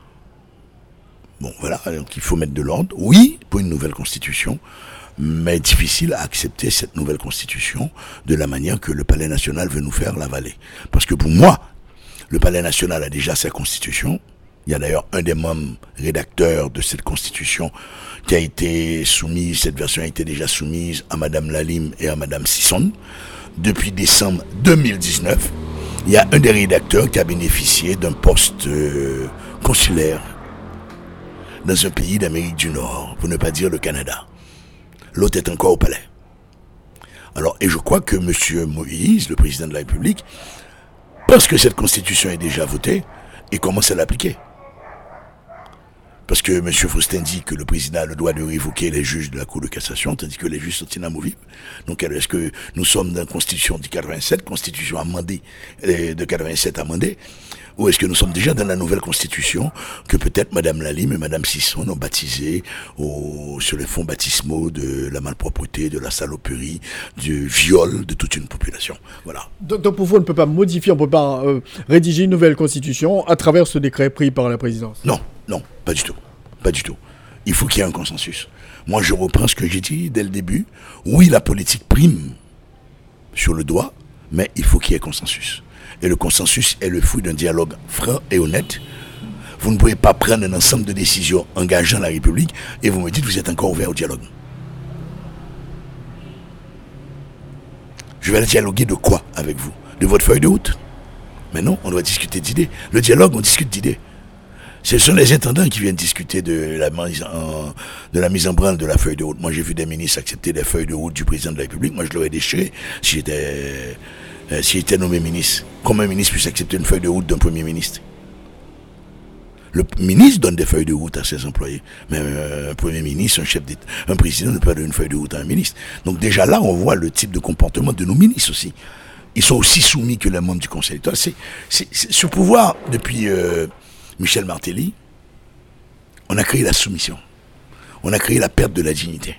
Bon, voilà, donc il faut mettre de l'ordre. Oui, pour une nouvelle constitution, mais difficile à accepter cette nouvelle constitution de la manière que le Palais national veut nous faire l'avaler. Parce que pour moi, le Palais national a déjà sa constitution. Il y a d'ailleurs un des membres rédacteurs de cette constitution qui a été soumise, cette version a été déjà soumise à Madame Lalime et à Madame Sisson. Depuis décembre 2019, il y a un des rédacteurs qui a bénéficié d'un poste consulaire dans un pays d'Amérique du Nord, pour ne pas dire le Canada. L'autre est encore au palais. Alors, et je crois que M. Moïse, le président de la République, pense que cette constitution est déjà votée et commence à l'appliquer. Parce que M. Faustin dit que le président a le droit de révoquer les juges de la Cour de cassation, tandis que les juges sont inamovibles. Donc, est-ce que nous sommes dans la constitution de 87, constitution amendée, de 87 amendée, ou est-ce que nous sommes déjà dans la nouvelle constitution que peut-être Mme Lalime et Mme Sisson ont baptisé sur les fonds baptismaux de la malpropreté, de la saloperie, du viol de toute une population. Voilà. Donc pour vous, on ne peut pas modifier, on ne peut pas rédiger une nouvelle constitution à travers ce décret pris par la présidence? Non, pas du tout. Pas du tout. Il faut qu'il y ait un consensus. Moi, je reprends ce que j'ai dit dès le début. Oui, la politique prime sur le droit, mais il faut qu'il y ait consensus. Et le consensus est le fruit d'un dialogue franc et honnête. Vous ne pouvez pas prendre un ensemble de décisions engageant la République et vous me dites que vous êtes encore ouvert au dialogue. Je vais dialoguer de quoi avec vous? De votre feuille de route? Mais non, on doit discuter d'idées. Le dialogue, on discute d'idées. Ce sont les intendants qui viennent discuter de la mise en branle de la feuille de route. Moi, j'ai vu des ministres accepter des feuilles de route du président de la République. Moi, je l'aurais déchiré si j'étais nommé ministre. Comment un ministre puisse accepter une feuille de route d'un premier ministre? Le ministre donne des feuilles de route à ses employés. Mais un premier ministre, un président ne peut pas donner une feuille de route à un ministre. Donc déjà là, on voit le type de comportement de nos ministres aussi. Ils sont aussi soumis que les membres du Conseil d'État. C'est ce pouvoir, depuis Michel Martelly, on a créé la soumission. On a créé la perte de la dignité.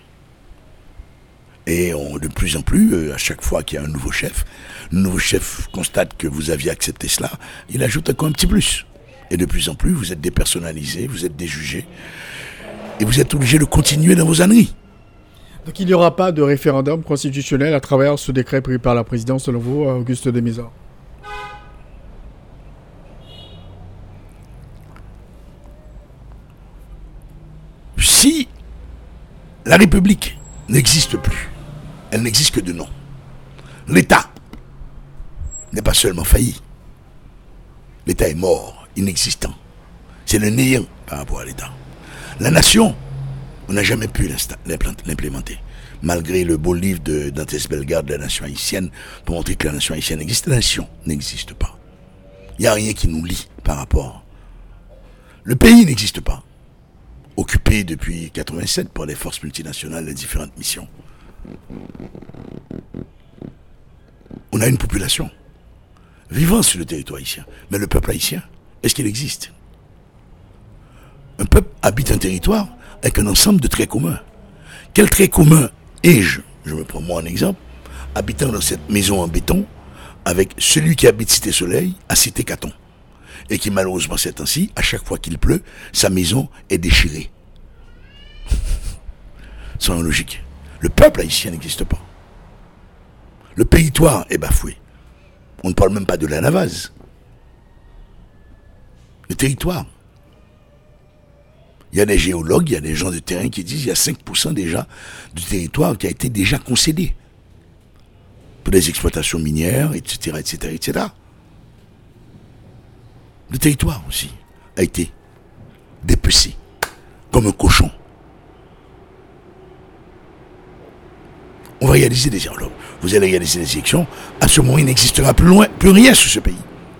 Et de plus en plus, à chaque fois qu'il y a un nouveau chef, le nouveau chef constate que vous aviez accepté cela, il ajoute encore un petit plus. Et de plus en plus, vous êtes dépersonnalisé, vous êtes déjugé, et vous êtes obligé de continuer dans vos âneries. Donc il n'y aura pas de référendum constitutionnel à travers ce décret pris par la présidence, selon vous, Auguste Desmaisons? Si la République n'existe plus, elle n'existe que de nom. L'État n'est pas seulement failli. L'État est mort, inexistant. C'est le néant par rapport à l'État. La nation, on n'a jamais pu l'implémenter. Malgré le beau livre de Dantes Bellegarde, La nation haïtienne, pour montrer que la nation haïtienne existe, la nation n'existe pas. Il n'y a rien qui nous lie par rapport. Le pays n'existe pas. Occupé depuis 1987 par les forces multinationales, les différentes missions. On a une population vivant sur le territoire haïtien. Mais le peuple haïtien, est-ce qu'il existe? Un peuple habite un territoire avec un ensemble de traits communs. Quel trait commun ai-je? Je me prends moi en exemple, habitant dans cette maison en béton, avec celui qui habite Cité Soleil à Cité Caton. Et qui malheureusement ces temps-ci, à chaque fois qu'il pleut, sa maison est déchirée. Sans logique. Le peuple haïtien n'existe pas. Le territoire est bafoué. On ne parle même pas de la Navase. Le territoire. Il y a des géologues, il y a des gens de terrain qui disent qu'il y a 5% déjà du territoire qui a été déjà concédé. Pour des exploitations minières, etc., etc., etc. Le territoire aussi a été dépecé comme un cochon. On va réaliser des élections. Vous allez réaliser des élections. À ce moment, il n'existera plus rien sur ce pays.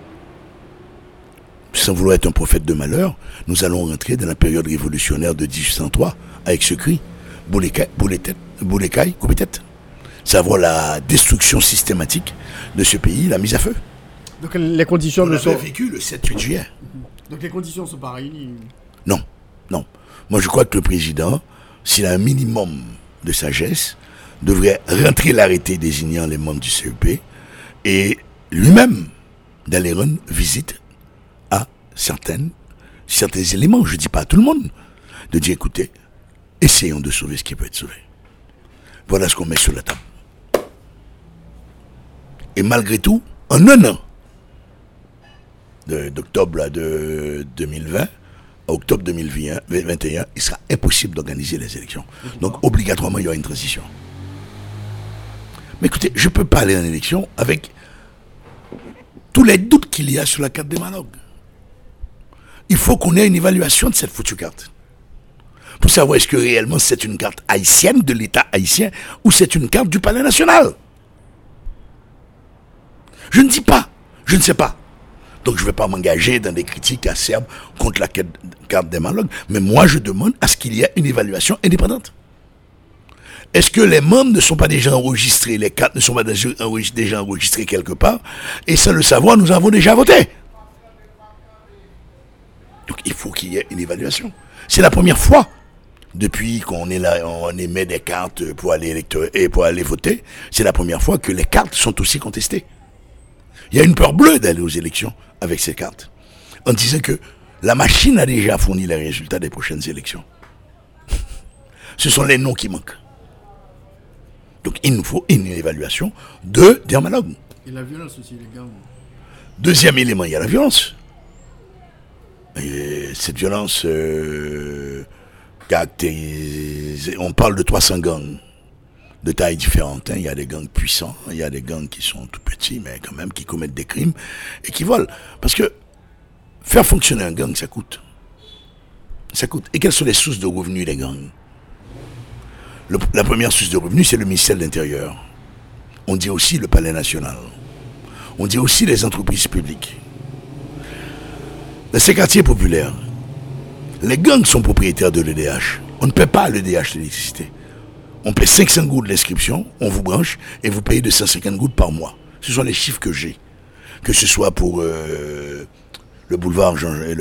Sans vouloir être un prophète de malheur, nous allons rentrer dans la période révolutionnaire de 1803 avec ce cri Boulécaille, coupez-tête. Savoir la destruction systématique de ce pays, la mise à feu. Donc les conditions on avait vécu le 7-8 juillet. Donc les conditions sont pareilles? Non. Moi je crois que le président, s'il a un minimum de sagesse, devrait rentrer l'arrêté désignant les membres du CEP et lui-même d'aller rendre visite à certains éléments, je ne dis pas à tout le monde, de dire écoutez, essayons de sauver ce qui peut être sauvé. Voilà ce qu'on met sur la table. Et malgré tout, en un an, d'octobre de 2020 à octobre 2021, il sera impossible d'organiser les élections. Donc obligatoirement, il y aura une transition. Mais écoutez, je ne peux pas aller en élection avec tous les doutes qu'il y a sur la carte des Malog. Il faut qu'on ait une évaluation de cette foutue carte. Pour savoir est-ce que réellement c'est une carte haïtienne de l'État haïtien ou c'est une carte du Palais national. Je ne dis pas, je ne sais pas. Donc je ne vais pas m'engager dans des critiques acerbes contre la carte des Malog, mais moi je demande à ce qu'il y ait une évaluation indépendante. Est-ce que les membres ne sont pas déjà enregistrés, les cartes ne sont pas déjà enregistrées quelque part, et sans le savoir, nous avons déjà voté. Donc il faut qu'il y ait une évaluation. C'est la première fois, depuis qu'on est là, on émet des cartes pour aller voter, c'est la première fois que les cartes sont aussi contestées. Il y a une peur bleue d'aller aux élections avec ces cartes, en disant que la machine a déjà fourni les résultats des prochaines élections. Ce sont les noms qui manquent. Donc il nous faut une évaluation des Malog. Et la violence aussi, les gars. Deuxième élément, il y a la violence. Et cette violence caractérise. On parle de 300 gangs de tailles différentes. Il y a des gangs puissants, il y a des gangs qui sont tout petits, mais quand même qui commettent des crimes et qui volent. Parce que faire fonctionner un gang, ça coûte. Ça coûte. Et quelles sont les sources de revenus des gangs? La première source de revenus, c'est le ministère de l'Intérieur. On dit aussi le Palais national. On dit aussi les entreprises publiques. Dans ces quartiers populaires, les gangs sont propriétaires de l'EDH. On ne paie pas l'EDH d'électricité. On paie 500 gouttes l'inscription, on vous branche et vous payez 250 gouttes par mois. Ce sont les chiffres que j'ai. Que ce soit pour le boulevard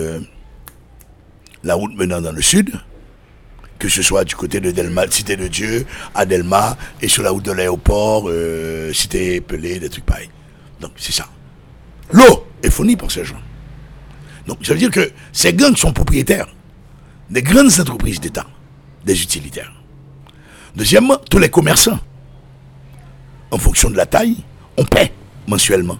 la route menant dans le sud, que ce soit du côté de Delma, Cité de Dieu, à Delma, et sur la route de l'aéroport, Cité Pelé, des trucs pareils. Donc c'est ça. L'eau est fournie par ces gens. Donc ça veut dire que ces gangs sont propriétaires des grandes entreprises d'État, des utilitaires. Deuxièmement, tous les commerçants, en fonction de la taille, on paie mensuellement.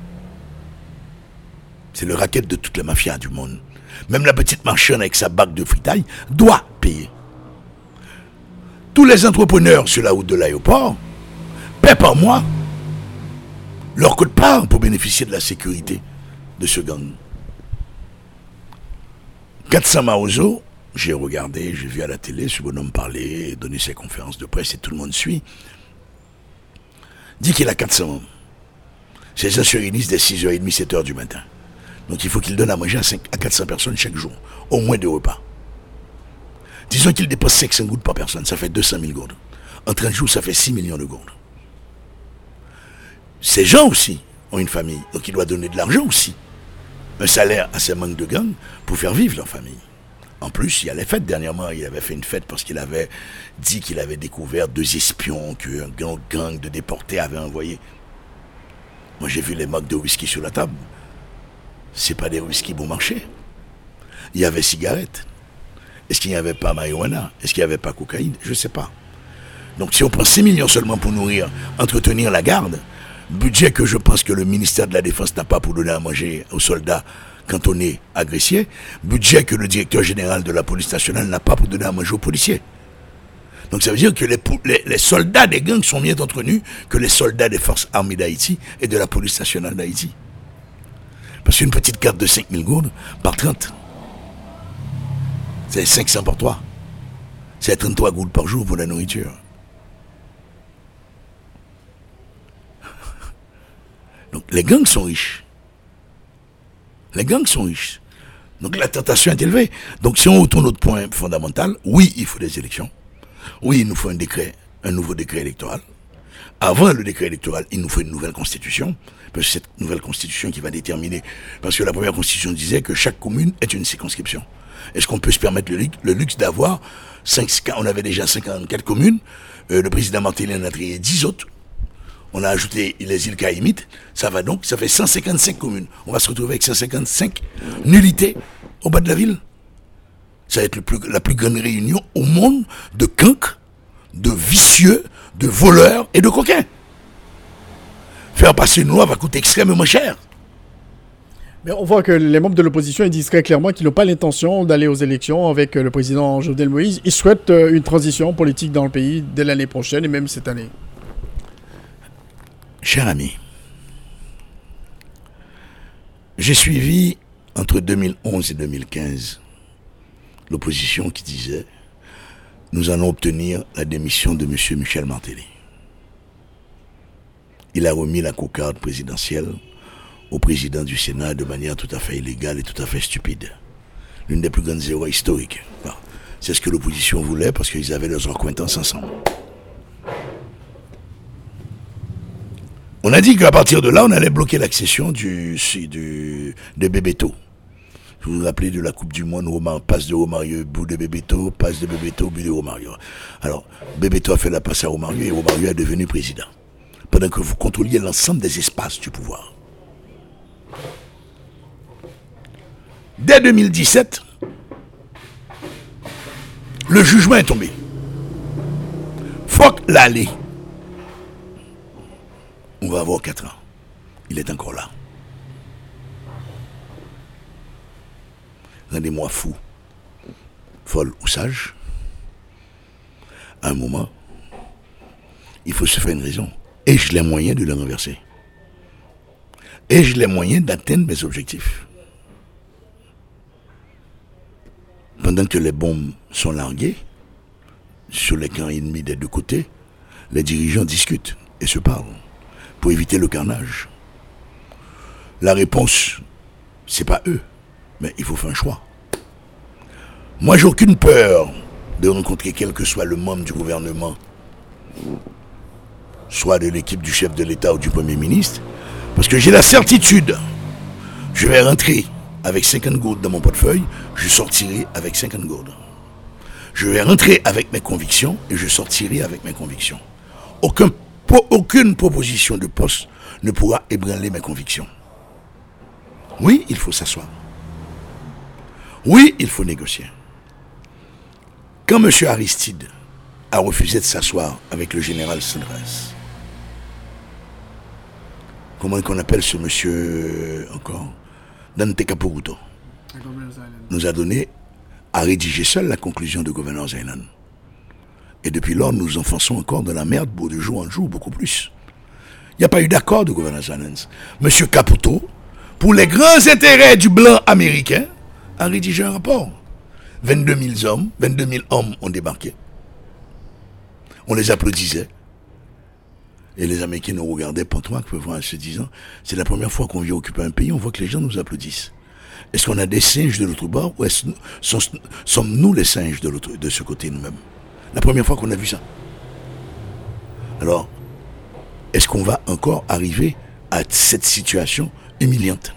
C'est le racket de toute la mafia du monde. Même la petite marchande avec sa bague de fritaille doit payer. Tous les entrepreneurs sur la route de l'aéroport paient par mois leur quote-part pour bénéficier de la sécurité de ce gang. 400 Maozo, j'ai regardé, j'ai vu à la télé ce bonhomme parler, donner ses conférences de presse et tout le monde suit. Dit qu'il a 400 hommes. Ces gens se réunissent dès 6h30, 7h du matin. Donc il faut qu'il donne à manger à 400 personnes chaque jour, au moins 2 repas. Disons qu'il dépense 500 gouttes par personne, ça fait 200 000 gourdes. En 30 jours, ça fait 6 millions de gourdes. Ces gens aussi ont une famille, donc il doit donner de l'argent aussi. Un salaire à ces membres de gang pour faire vivre leur famille. En plus, il y a les fêtes. Dernièrement, il avait fait une fête parce qu'il avait dit qu'il avait découvert 2 espions qu'un gang de déportés avait envoyés. Moi, j'ai vu les mugs de whisky sur la table. C'est pas des whisky bon marché. Il y avait cigarettes. Est-ce qu'il n'y avait pas marijuana? Est-ce qu'il n'y avait pas cocaïne? Je ne sais pas. Donc si on prend 6 millions seulement pour nourrir, entretenir la garde, budget que je pense que le ministère de la Défense n'a pas pour donner à manger aux soldats quand on est agressé, budget que le directeur général de la police nationale n'a pas pour donner à manger aux policiers. Donc ça veut dire que les soldats des gangs sont mieux entretenus que les soldats des forces armées d'Haïti et de la police nationale d'Haïti. Parce qu'une petite carte de 5 000 gourdes par 30, c'est 500 par 3. C'est 33 gourdes par jour pour la nourriture. Donc les gangs sont riches. Les gangs sont riches. Donc la tentation est élevée. Donc si on retourne au point fondamental, oui, il faut des élections. Oui, il nous faut un nouveau décret électoral. Avant le décret électoral, il nous faut une nouvelle constitution. Parce que cette nouvelle constitution qui va déterminer... Parce que la première constitution disait que chaque commune est une circonscription. Est-ce qu'on peut se permettre le luxe d'avoir 5... On avait déjà 54 communes. Le président Martelly en a créé 10 autres. On a ajouté les îles Caïmites. Ça fait 155 communes. On va se retrouver avec 155 nullités au bas de la ville. Ça va être la plus grande réunion au monde de cancres, de vicieux, de voleurs et de coquins. Faire passer une loi va coûter extrêmement cher. Mais on voit que les membres de l'opposition ils disent très clairement qu'ils n'ont pas l'intention d'aller aux élections avec le président Jovenel Moïse. Ils souhaitent une transition politique dans le pays dès l'année prochaine et même cette année. Cher ami, j'ai suivi entre 2011 et 2015 l'opposition qui disait « Nous allons obtenir la démission de M. Michel Martelly ». Il a remis la cocarde présidentielle au président du Sénat de manière tout à fait illégale et tout à fait stupide. L'une des plus grandes erreurs historiques. Bon, c'est ce que l'opposition voulait parce qu'ils avaient leurs accointances ensemble. On a dit qu'à partir de là, on allait bloquer l'accession de Bebeto. Vous vous rappelez de la Coupe du Monde, passe de Romario, bout de Bebeto, passe de Bebeto, but de Romario. Alors, Bebeto a fait la passe à Romario et Romario est devenu président. Pendant que vous contrôliez l'ensemble des espaces du pouvoir. Dès 2017, le jugement est tombé. Fock Lally. On va avoir 4 ans. Il est encore là. Rendez-moi fou, folle ou sage. À un moment, il faut se faire une raison. Ai-je les moyens de le renverser? Ai-je les moyens d'atteindre mes objectifs? Pendant que les bombes sont larguées sur les camps ennemis des deux côtés, les dirigeants discutent et se parlent pour éviter le carnage. La réponse, c'est pas eux, mais il faut faire un choix. Moi, j'ai aucune peur de rencontrer quel que soit le membre du gouvernement, soit de l'équipe du chef de l'État ou du Premier ministre, parce que j'ai la certitude, je vais rentrer avec 50 gourdes dans mon portefeuille, je sortirai avec 50 gourdes. Je vais rentrer avec mes convictions et je sortirai avec mes convictions. Aucune proposition de poste ne pourra ébranler mes convictions. Oui, il faut s'asseoir. Oui, il faut négocier. Quand M. Aristide a refusé de s'asseoir avec le général Sandras. Comment qu'on appelle ce monsieur encore? Dante Caputo nous a donné à rédiger seul la conclusion de Governors Island. Et depuis lors, nous enfonçons encore dans la merde de jour en jour, beaucoup plus. Il n'y a pas eu d'accord de Governors Island. Monsieur Caputo, pour les grands intérêts du blanc américain, a rédigé un rapport. 22 000 hommes ont débarqué. On les applaudissait. Et les Américains nous regardaient pantois, en se disant, c'est la première fois qu'on vient occuper un pays, on voit que les gens nous applaudissent. Est-ce qu'on a des singes de l'autre bord ou sommes-nous les singes de ce côté nous-mêmes? La première fois qu'on a vu ça. Alors, est-ce qu'on va encore arriver à cette situation humiliante?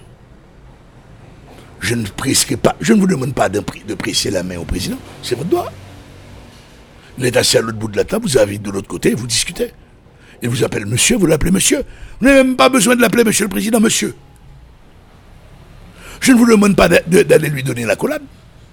Je ne vous demande pas de presser la main au président, c'est votre droit. Il est assis à l'autre bout de la table, vous avez de l'autre côté, vous discutez. Il vous appelle monsieur, vous l'appelez monsieur. Vous n'avez même pas besoin de l'appeler monsieur le président, monsieur. Je ne vous demande pas d'aller lui donner la collade.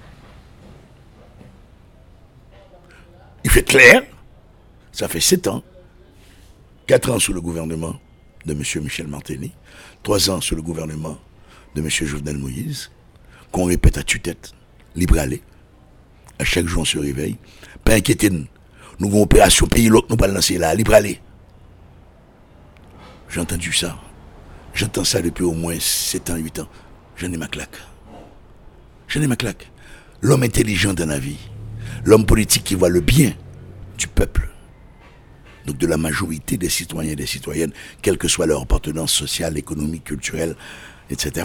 Il fait clair, ça fait 7 ans, 4 ans sous le gouvernement de M. Michel Martelly, 3 ans sous le gouvernement de M. Jovenel Moïse, qu'on répète à tue-tête, libre aller. À chaque jour on se réveille. Pas inquiétez-nous. Nous avons opération pays l'autre, nous pas lancer là, libre aller. J'ai entendu ça. J'entends ça depuis au moins 7 ans, 8 ans. J'en ai ma claque. L'homme intelligent dans la vie, l'homme politique qui voit le bien du peuple, donc de la majorité des citoyens et des citoyennes, quelle que soit leur appartenance sociale, économique, culturelle, etc.,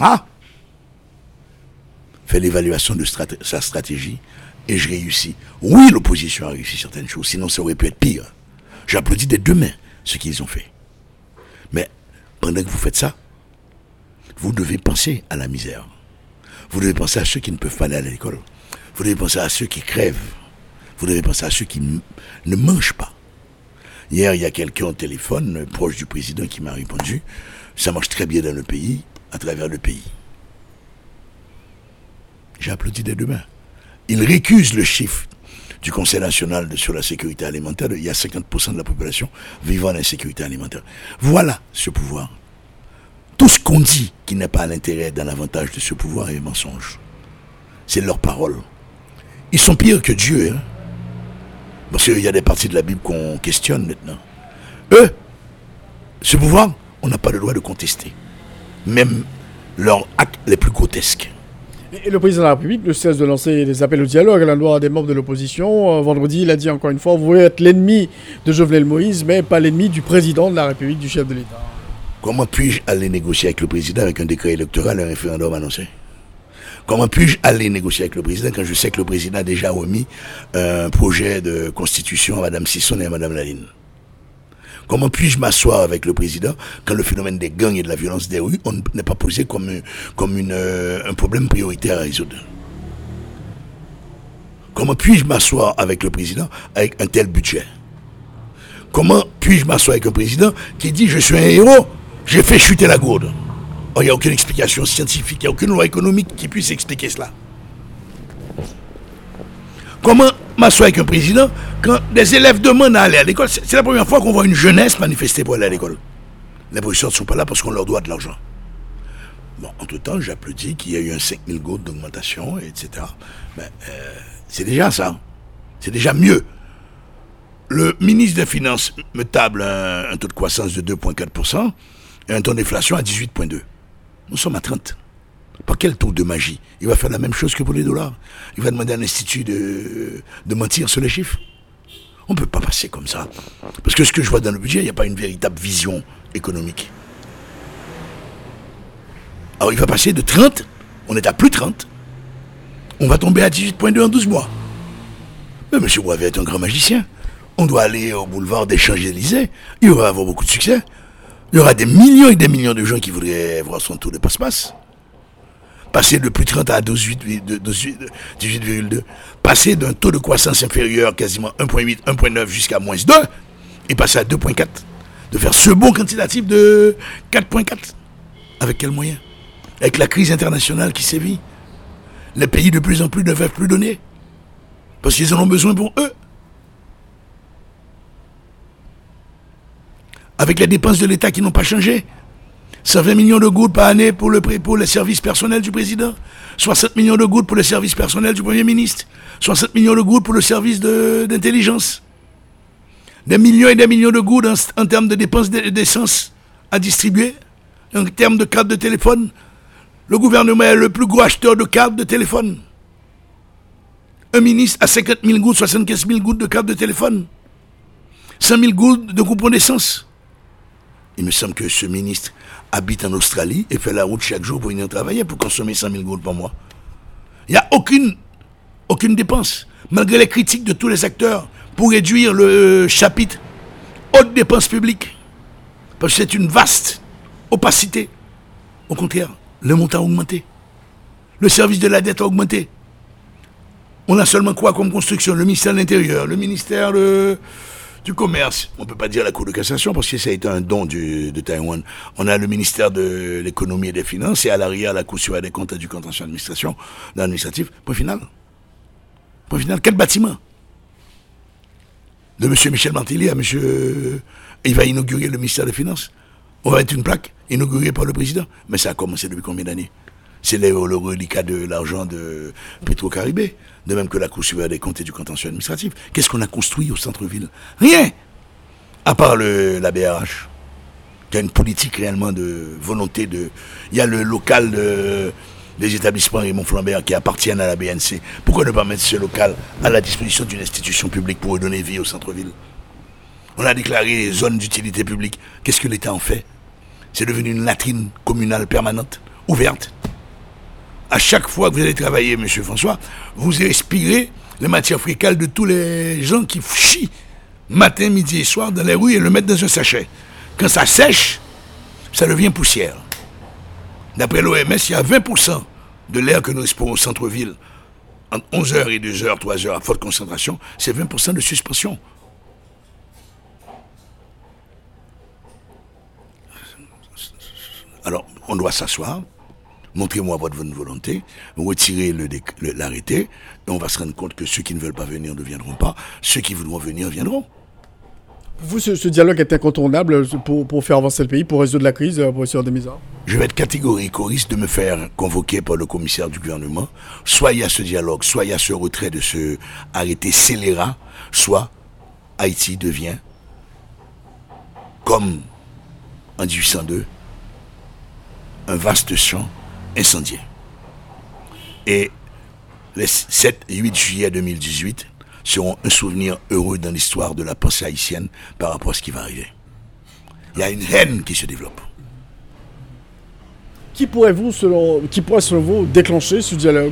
fait l'évaluation de sa stratégie et je réussis. Oui, l'opposition a réussi certaines choses, sinon ça aurait pu être pire. J'applaudis des deux mains ce qu'ils ont fait. Mais pendant que vous faites ça, vous devez penser à la misère. Vous devez penser à ceux qui ne peuvent pas aller à l'école. Vous devez penser à ceux qui crèvent. Vous devez penser à ceux qui ne mangent pas. Hier, il y a quelqu'un au téléphone, proche du président, qui m'a répondu « Ça marche très bien dans le pays, à travers le pays. » J'ai applaudi des deux mains. Il récuse le chiffre du Conseil national sur la sécurité alimentaire. Il y a 50% de la population vivant en insécurité alimentaire. Voilà ce pouvoir. Tout ce qu'on dit qui n'est pas à l'intérêt, dans l'avantage de ce pouvoir est mensonge. C'est leur parole. Ils sont pires que Dieu. Hein? Parce qu'il y a des parties de la Bible qu'on questionne maintenant. Eux, ce pouvoir, on n'a pas le droit de contester. Même leurs actes les plus grotesques. Et le président de la République ne cesse de lancer des appels au dialogue à l'endroit des membres de l'opposition. Vendredi, il a dit encore une fois, vous pouvez être l'ennemi de Jovenel Moïse, mais pas l'ennemi du président de la République, du chef de l'État. Comment puis-je aller négocier avec le président avec un décret électoral et un référendum annoncé? Comment puis-je aller négocier avec le président quand je sais que le président a déjà remis un projet de constitution à Mme Sisson et à Mme Laline? Comment puis-je m'asseoir avec le président quand le phénomène des gangs et de la violence des rues n'est pas posé comme un problème prioritaire à résoudre? Comment puis-je m'asseoir avec le président avec un tel budget? Comment puis-je m'asseoir avec un président qui dit « Je suis un héros, j'ai fait chuter la gourde ». Il n'y a aucune explication scientifique, il n'y a aucune loi économique qui puisse expliquer cela. Comment m'asseoir avec un président quand des élèves demandent à aller à l'école? C'est la première fois qu'on voit une jeunesse manifester pour aller à l'école. Les professeurs ne sont pas là parce qu'on leur doit de l'argent. Bon, entre-temps, j'applaudis qu'il y a eu un 5 000 gouttes d'augmentation, etc. Mais c'est déjà ça. C'est déjà mieux. Le ministre des Finances me table un taux de croissance de 2,4% et un taux d'inflation à 18,2%. Nous sommes à 30%. Par quel tour de magie? Il va faire la même chose que pour les dollars. Il va demander à l'Institut de mentir sur les chiffres. On ne peut pas passer comme ça. Parce que ce que je vois dans le budget, il n'y a pas une véritable vision économique. Alors il va passer de 30, on est à plus 30, on va tomber à 18,2 en 12 mois. Mais M. Boisvert est un grand magicien. On doit aller au boulevard des Champs-Élysées, il va avoir beaucoup de succès. Il y aura des millions et des millions de gens qui voudraient voir son taux de passe-passe. Passer de plus 30 à 18,2. Passer d'un taux de croissance inférieur, quasiment 1,8, 1,9 jusqu'à moins 2, et passer à 2,4. De faire ce bon quantitatif de 4,4. Avec quels moyens? Avec la crise internationale qui sévit. Les pays de plus en plus ne peuvent plus donner. Parce qu'ils en ont besoin pour eux. avec les dépenses de l'État qui n'ont pas changé. 120 millions de gouttes par année pour les services personnels du président, 60 millions de gouttes pour le service personnel du Premier ministre, 60 millions de gouttes pour le service d'intelligence. Des millions et des millions de gouttes en termes de dépenses d'essence à distribuer, en termes de cartes de téléphone. Le gouvernement est le plus gros acheteur de cartes de téléphone. Un ministre a 50 000 gouttes, 75 000 gouttes de cartes de téléphone. 100 000 gouttes de coupons d'essence. Il me semble que ce ministre habite en Australie et fait la route chaque jour pour venir travailler, pour consommer 100 000 gouttes par mois. Il n'y a aucune dépense, malgré les critiques de tous les acteurs, pour réduire le chapitre haute dépense publique. Parce que c'est une vaste opacité. Au contraire, le montant a augmenté. Le service de la dette a augmenté. On a seulement quoi comme construction? Le ministère de l'Intérieur, le ministère du Commerce. On ne peut pas dire la Cour de cassation parce que ça a été un don de Taïwan. On a le ministère de l'Économie et des Finances et à l'arrière la Cour supérieure des comptes et du contentieux administratif. Point final. Point final. Quel bâtiment? De M. Michel Martelly à M. Il va inaugurer le ministère des Finances. On va mettre une plaque inaugurée par le président. Mais ça a commencé depuis combien d'années? C'est le reliquat de l'argent de Petro-Caribé, de même que la Cour supérieure des comptes et du contentieux administratif. Qu'est-ce qu'on a construit au centre-ville? Rien, à part la BRH, qui a une politique réellement de volonté de... Il y a le local des établissements Raymond Flambert qui appartiennent à la BNC. Pourquoi ne pas mettre ce local à la disposition d'une institution publique pour redonner vie au centre-ville? On a déclaré zone d'utilité publique. Qu'est-ce que l'État en fait? C'est devenu une latrine communale permanente, ouverte. À chaque fois que vous allez travailler, M. François, vous respirez les matières fécales de tous les gens qui chient matin, midi et soir dans les rues et le mettent dans un sachet. Quand ça sèche, ça devient poussière. D'après l'OMS, il y a 20% de l'air que nous respirons au centre-ville, entre 11h et 2h, 3h à forte concentration, c'est 20% de suspension. Alors, on doit s'asseoir. Montrez-moi votre bonne volonté, retirez l'arrêté, et on va se rendre compte que ceux qui ne veulent pas venir ne viendront pas, ceux qui voudront venir viendront. Pour vous, ce dialogue est incontournable pour faire avancer le pays, pour résoudre la crise, professeur Desmaisons? Je vais être catégorique au risque de me faire convoquer par le commissaire du gouvernement. Soit il y a ce dialogue, soit il y a ce retrait de ce arrêté scélérat, soit Haïti devient, comme en 1802, un vaste champ incendié. Et les 7 et 8 juillet 2018 seront un souvenir heureux dans l'histoire de la pensée haïtienne par rapport à ce qui va arriver. Il y a une haine qui se développe. Qui pourrait, selon vous, déclencher ce dialogue?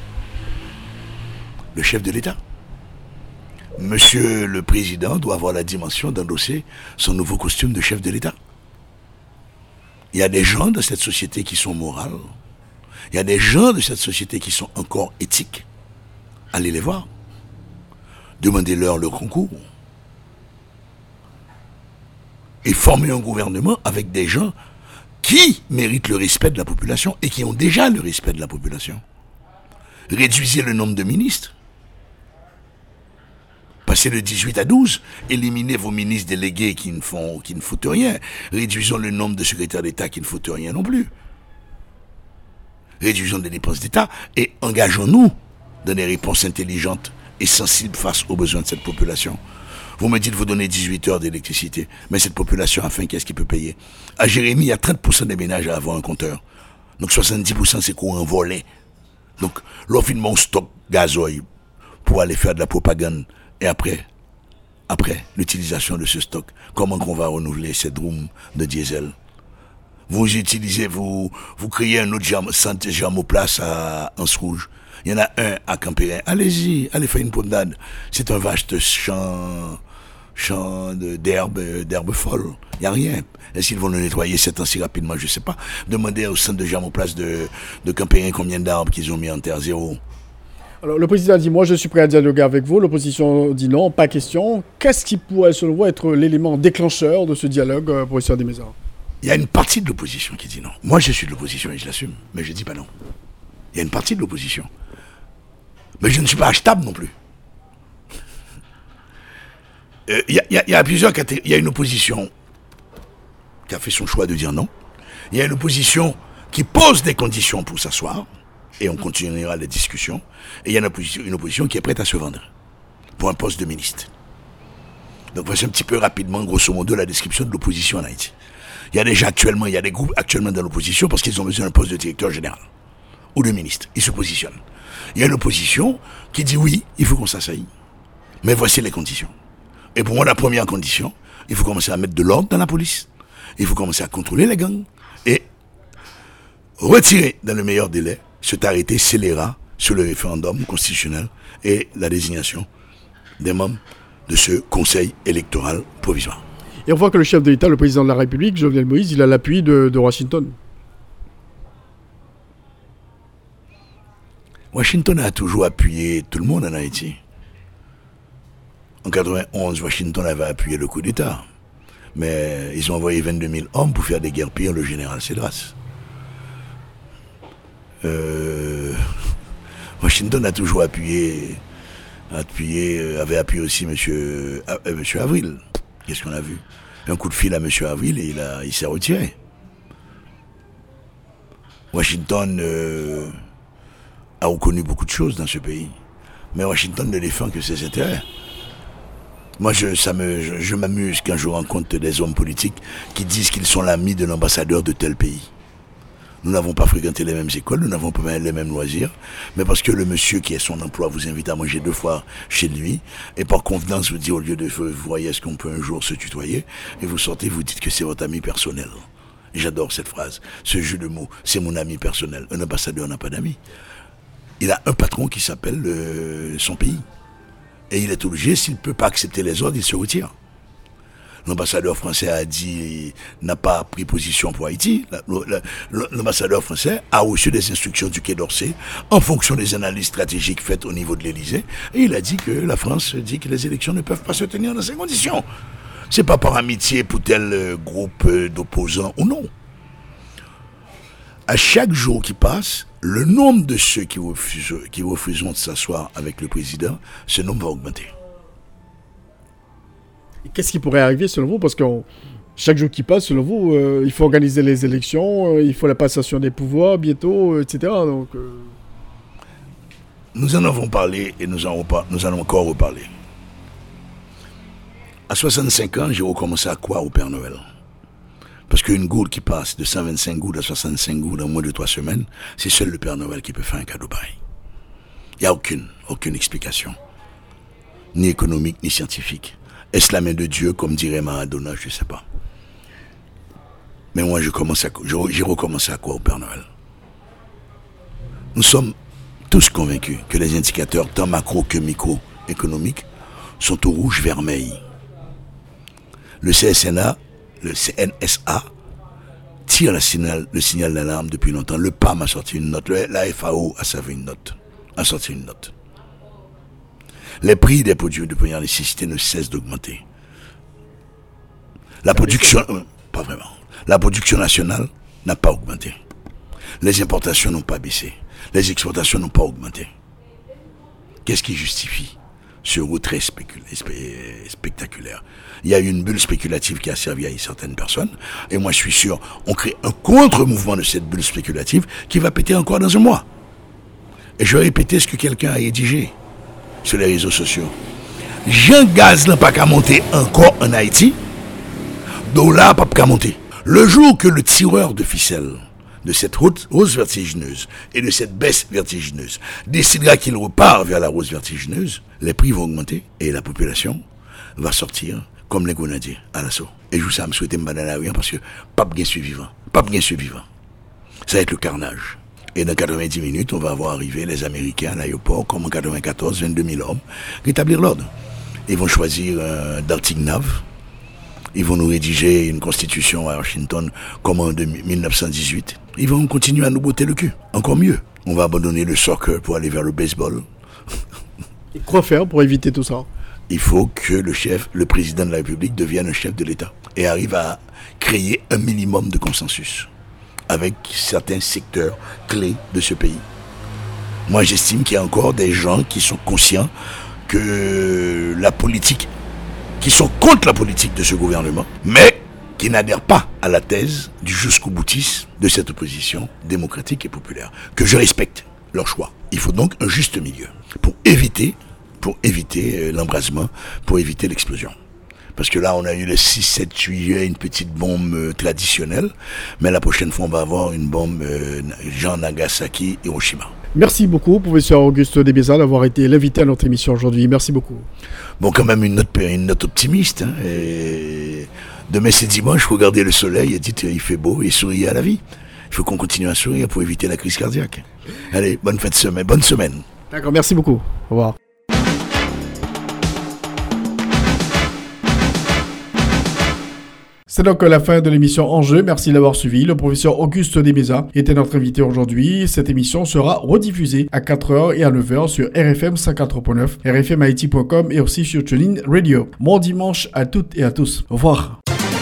Le chef de l'État. Monsieur le Président doit avoir la dimension d'endosser son nouveau costume de chef de l'État. Il y a des gens de cette société qui sont morales. Il y a des gens de cette société qui sont encore éthiques. Allez les voir. Demandez-leur le concours. Et formez un gouvernement avec des gens qui méritent le respect de la population et qui ont déjà le respect de la population. Réduisez le nombre de ministres. Passez de 18 à 12, éliminez vos ministres délégués qui ne foutent rien. Réduisons le nombre de secrétaires d'État qui ne foutent rien non plus. Réduisons les dépenses d'État et engageons-nous dans des réponses intelligentes et sensibles face aux besoins de cette population. Vous me dites vous donnez 18 heures d'électricité, mais cette population a faim, qu'est-ce qu'il peut payer? À Jérémy, il y a 30% des ménages à avoir un compteur. Donc 70% c'est courant volé. Donc l'offre de mon stock gazoil pour aller faire de la propagande. Et après l'utilisation de ce stock, comment qu'on va renouveler cette room de diesel? Vous créez un autre centre germoplace à Anse-Rouge. Il y en a un à Campérin. Allez-y, allez faire une promenade. C'est un vaste champ d'herbe folle. Il n'y a rien. Est-ce qu'ils vont le nettoyer 7 ans si rapidement? Je ne sais pas. Demandez au centre de germoplace de Campérin combien d'arbres qu'ils ont mis en terre zéro. Alors, le président dit, moi, je suis prêt à dialoguer avec vous. L'opposition dit non, pas question. Qu'est-ce qui pourrait, selon vous, être l'élément déclencheur de ce dialogue, professeur Desmaisons? Il y a une partie de l'opposition qui dit non. Moi, je suis de l'opposition et je l'assume, mais je ne dis pas non. Il y a une partie de l'opposition. Mais je ne suis pas achetable non plus. Il y a plusieurs catégories. Il y a une opposition qui a fait son choix de dire non. Il y a une opposition qui pose des conditions pour s'asseoir, et on continuera les discussions. Et il y a une opposition qui est prête à se vendre pour un poste de ministre. Donc voici un petit peu rapidement, grosso modo, la description de l'opposition en Haïti. Il y a des groupes actuellement dans l'opposition parce qu'ils ont besoin d'un poste de directeur général ou de ministre. Ils se positionnent. Il y a une opposition qui dit oui, il faut qu'on s'assaille. Mais voici les conditions. Et pour moi, la première condition, il faut commencer à mettre de l'ordre dans la police. Il faut commencer à contrôler les gangs et retirer dans le meilleur délai cet arrêté scélérat sur le référendum constitutionnel et la désignation des membres de ce conseil électoral provisoire. Et on voit que le chef de l'État, le président de la République, Jovenel Moïse, il a l'appui de Washington. Washington a toujours appuyé tout le monde en Haïti. En 1991, Washington avait appuyé le coup d'État. Mais ils ont envoyé 22 000 hommes pour faire des guerres pires, le général Cédras. Washington a toujours avait appuyé aussi monsieur Avril. Qu'est-ce qu'on a vu? Un coup de fil à monsieur Avril et il s'est retiré. Washington a reconnu beaucoup de choses dans ce pays. Mais Washington ne défend que ses intérêts. Moi, je m'amuse quand je rencontre des hommes politiques qui disent qu'ils sont l'ami de l'ambassadeur de tel pays. Nous n'avons pas fréquenté les mêmes écoles, nous n'avons pas les mêmes loisirs, mais parce que le monsieur qui est son emploi vous invite à manger 2 fois chez lui, et par convenance vous dit au lieu de vous voyez est-ce qu'on peut un jour se tutoyer, et vous sortez, vous dites que c'est votre ami personnel. Et j'adore cette phrase, ce jeu de mots, c'est mon ami personnel. Un ambassadeur n'a pas d'amis. Il a un patron qui s'appelle son pays. Et il est obligé, s'il ne peut pas accepter les ordres, il se retire. L'ambassadeur français n'a pas pris position pour Haïti. L'ambassadeur français a reçu des instructions du Quai d'Orsay en fonction des analyses stratégiques faites au niveau de l'Élysée. Et il a dit que la France dit que les élections ne peuvent pas se tenir dans ces conditions. C'est pas par amitié pour tel groupe d'opposants ou non. À chaque jour qui passe, le nombre de ceux qui refuseront de s'asseoir avec le président, ce nombre va augmenter. Qu'est-ce qui pourrait arriver selon vous? Parce que chaque jour qui passe, selon vous, il faut organiser les élections, il faut la passation des pouvoirs bientôt, etc. Donc, Nous en avons parlé et nous allons encore reparler. À 65 ans, j'ai recommencé à croire au Père Noël. Parce qu'une gourde qui passe de 125 gourdes à 65 gourdes en moins de 3 semaines, c'est seul le Père Noël qui peut faire un cadeau pareil. Il n'y a aucune explication. Ni économique, ni scientifique. Est-ce la main de Dieu, comme dirait Maradona, je ne sais pas. Mais moi, j'ai recommencé à croire au Père Noël. Nous sommes tous convaincus que les indicateurs, tant macro que microéconomiques, sont au rouge-vermeil. Le CNSA tire le signal d'alarme depuis longtemps. Le PAM a sorti une note. La FAO a sorti une note. Les prix des produits de première nécessité ne cessent d'augmenter. La production, pas vraiment. La production nationale n'a pas augmenté. Les importations n'ont pas baissé. Les exportations n'ont pas augmenté. Qu'est-ce qui justifie ce retrait spectaculaire? Il y a eu une bulle spéculative qui a servi à certaines personnes. Et moi, je suis sûr, on crée un contre-mouvement de cette bulle spéculative qui va péter encore dans un mois. Et je vais répéter ce que quelqu'un a rédigé sur les réseaux sociaux. Jean Gaz n'a pas qu'à monter encore en Haïti. Dollar n'a pas qu'à monter. Le jour que le tireur de ficelle de cette hausse vertigineuse et de cette baisse vertigineuse décidera qu'il repart vers la hausse vertigineuse, les prix vont augmenter et la population va sortir comme les grenadiers à l'assaut. Et je vous ça me souhaiter me battre à rien parce que pas bien survivant. Ça va être le carnage. Et dans 90 minutes, on va voir arriver les Américains à l'aéroport, comme en 94, 22 000 hommes, rétablir l'ordre. Ils vont choisir un Darting Nav. Ils vont nous rédiger une constitution à Washington comme en 1918. Ils vont continuer à nous botter le cul. Encore mieux, on va abandonner le soccer pour aller vers le baseball. Et quoi faire pour éviter tout ça? Il faut que le président de la République devienne un chef de l'État et arrive à créer un minimum de consensus avec certains secteurs clés de ce pays. Moi, j'estime qu'il y a encore des gens qui sont conscients que qui sont contre la politique de ce gouvernement, mais qui n'adhèrent pas à la thèse du jusqu'au boutisme de cette opposition démocratique et populaire, que je respecte leur choix. Il faut donc un juste milieu pour éviter l'embrasement, pour éviter l'explosion. Parce que là, on a eu le 6, 7 juillet, une petite bombe traditionnelle, mais la prochaine fois, on va avoir une bombe genre Nagasaki, Hiroshima. Merci beaucoup, professeur Auguste Desmézas, d'avoir été l'invité à notre émission aujourd'hui. Merci beaucoup. Bon, quand même une note optimiste. Hein, et demain, c'est dimanche, il faut regarder le soleil et dites il fait beau et souriez à la vie. Il faut qu'on continue à sourire pour éviter la crise cardiaque. Allez, bonne semaine. D'accord, merci beaucoup. Au revoir. C'est donc la fin de l'émission Enjeu. Merci d'avoir suivi. Le professeur Auguste Desmézas était notre invité aujourd'hui. Cette émission sera rediffusée à 4h et à 9h sur RFM 104.9, rfmhaiti.com et aussi sur TuneIn Radio. Bon dimanche à toutes et à tous. Au revoir.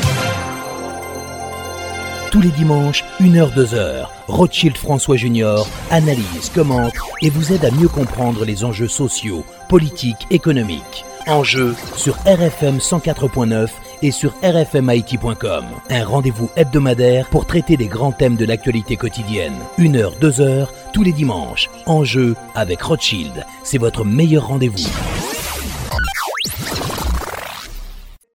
Tous les dimanches, 1h, 2h, Rothschild François Junior analyse, commente et vous aide à mieux comprendre les enjeux sociaux, politiques, économiques. Enjeu sur RFM 104.9 et sur rfmhaiti.com. Un rendez-vous hebdomadaire pour traiter des grands thèmes de l'actualité quotidienne. 1h, 2h, tous les dimanches. Enjeu avec Rothschild. C'est votre meilleur rendez-vous.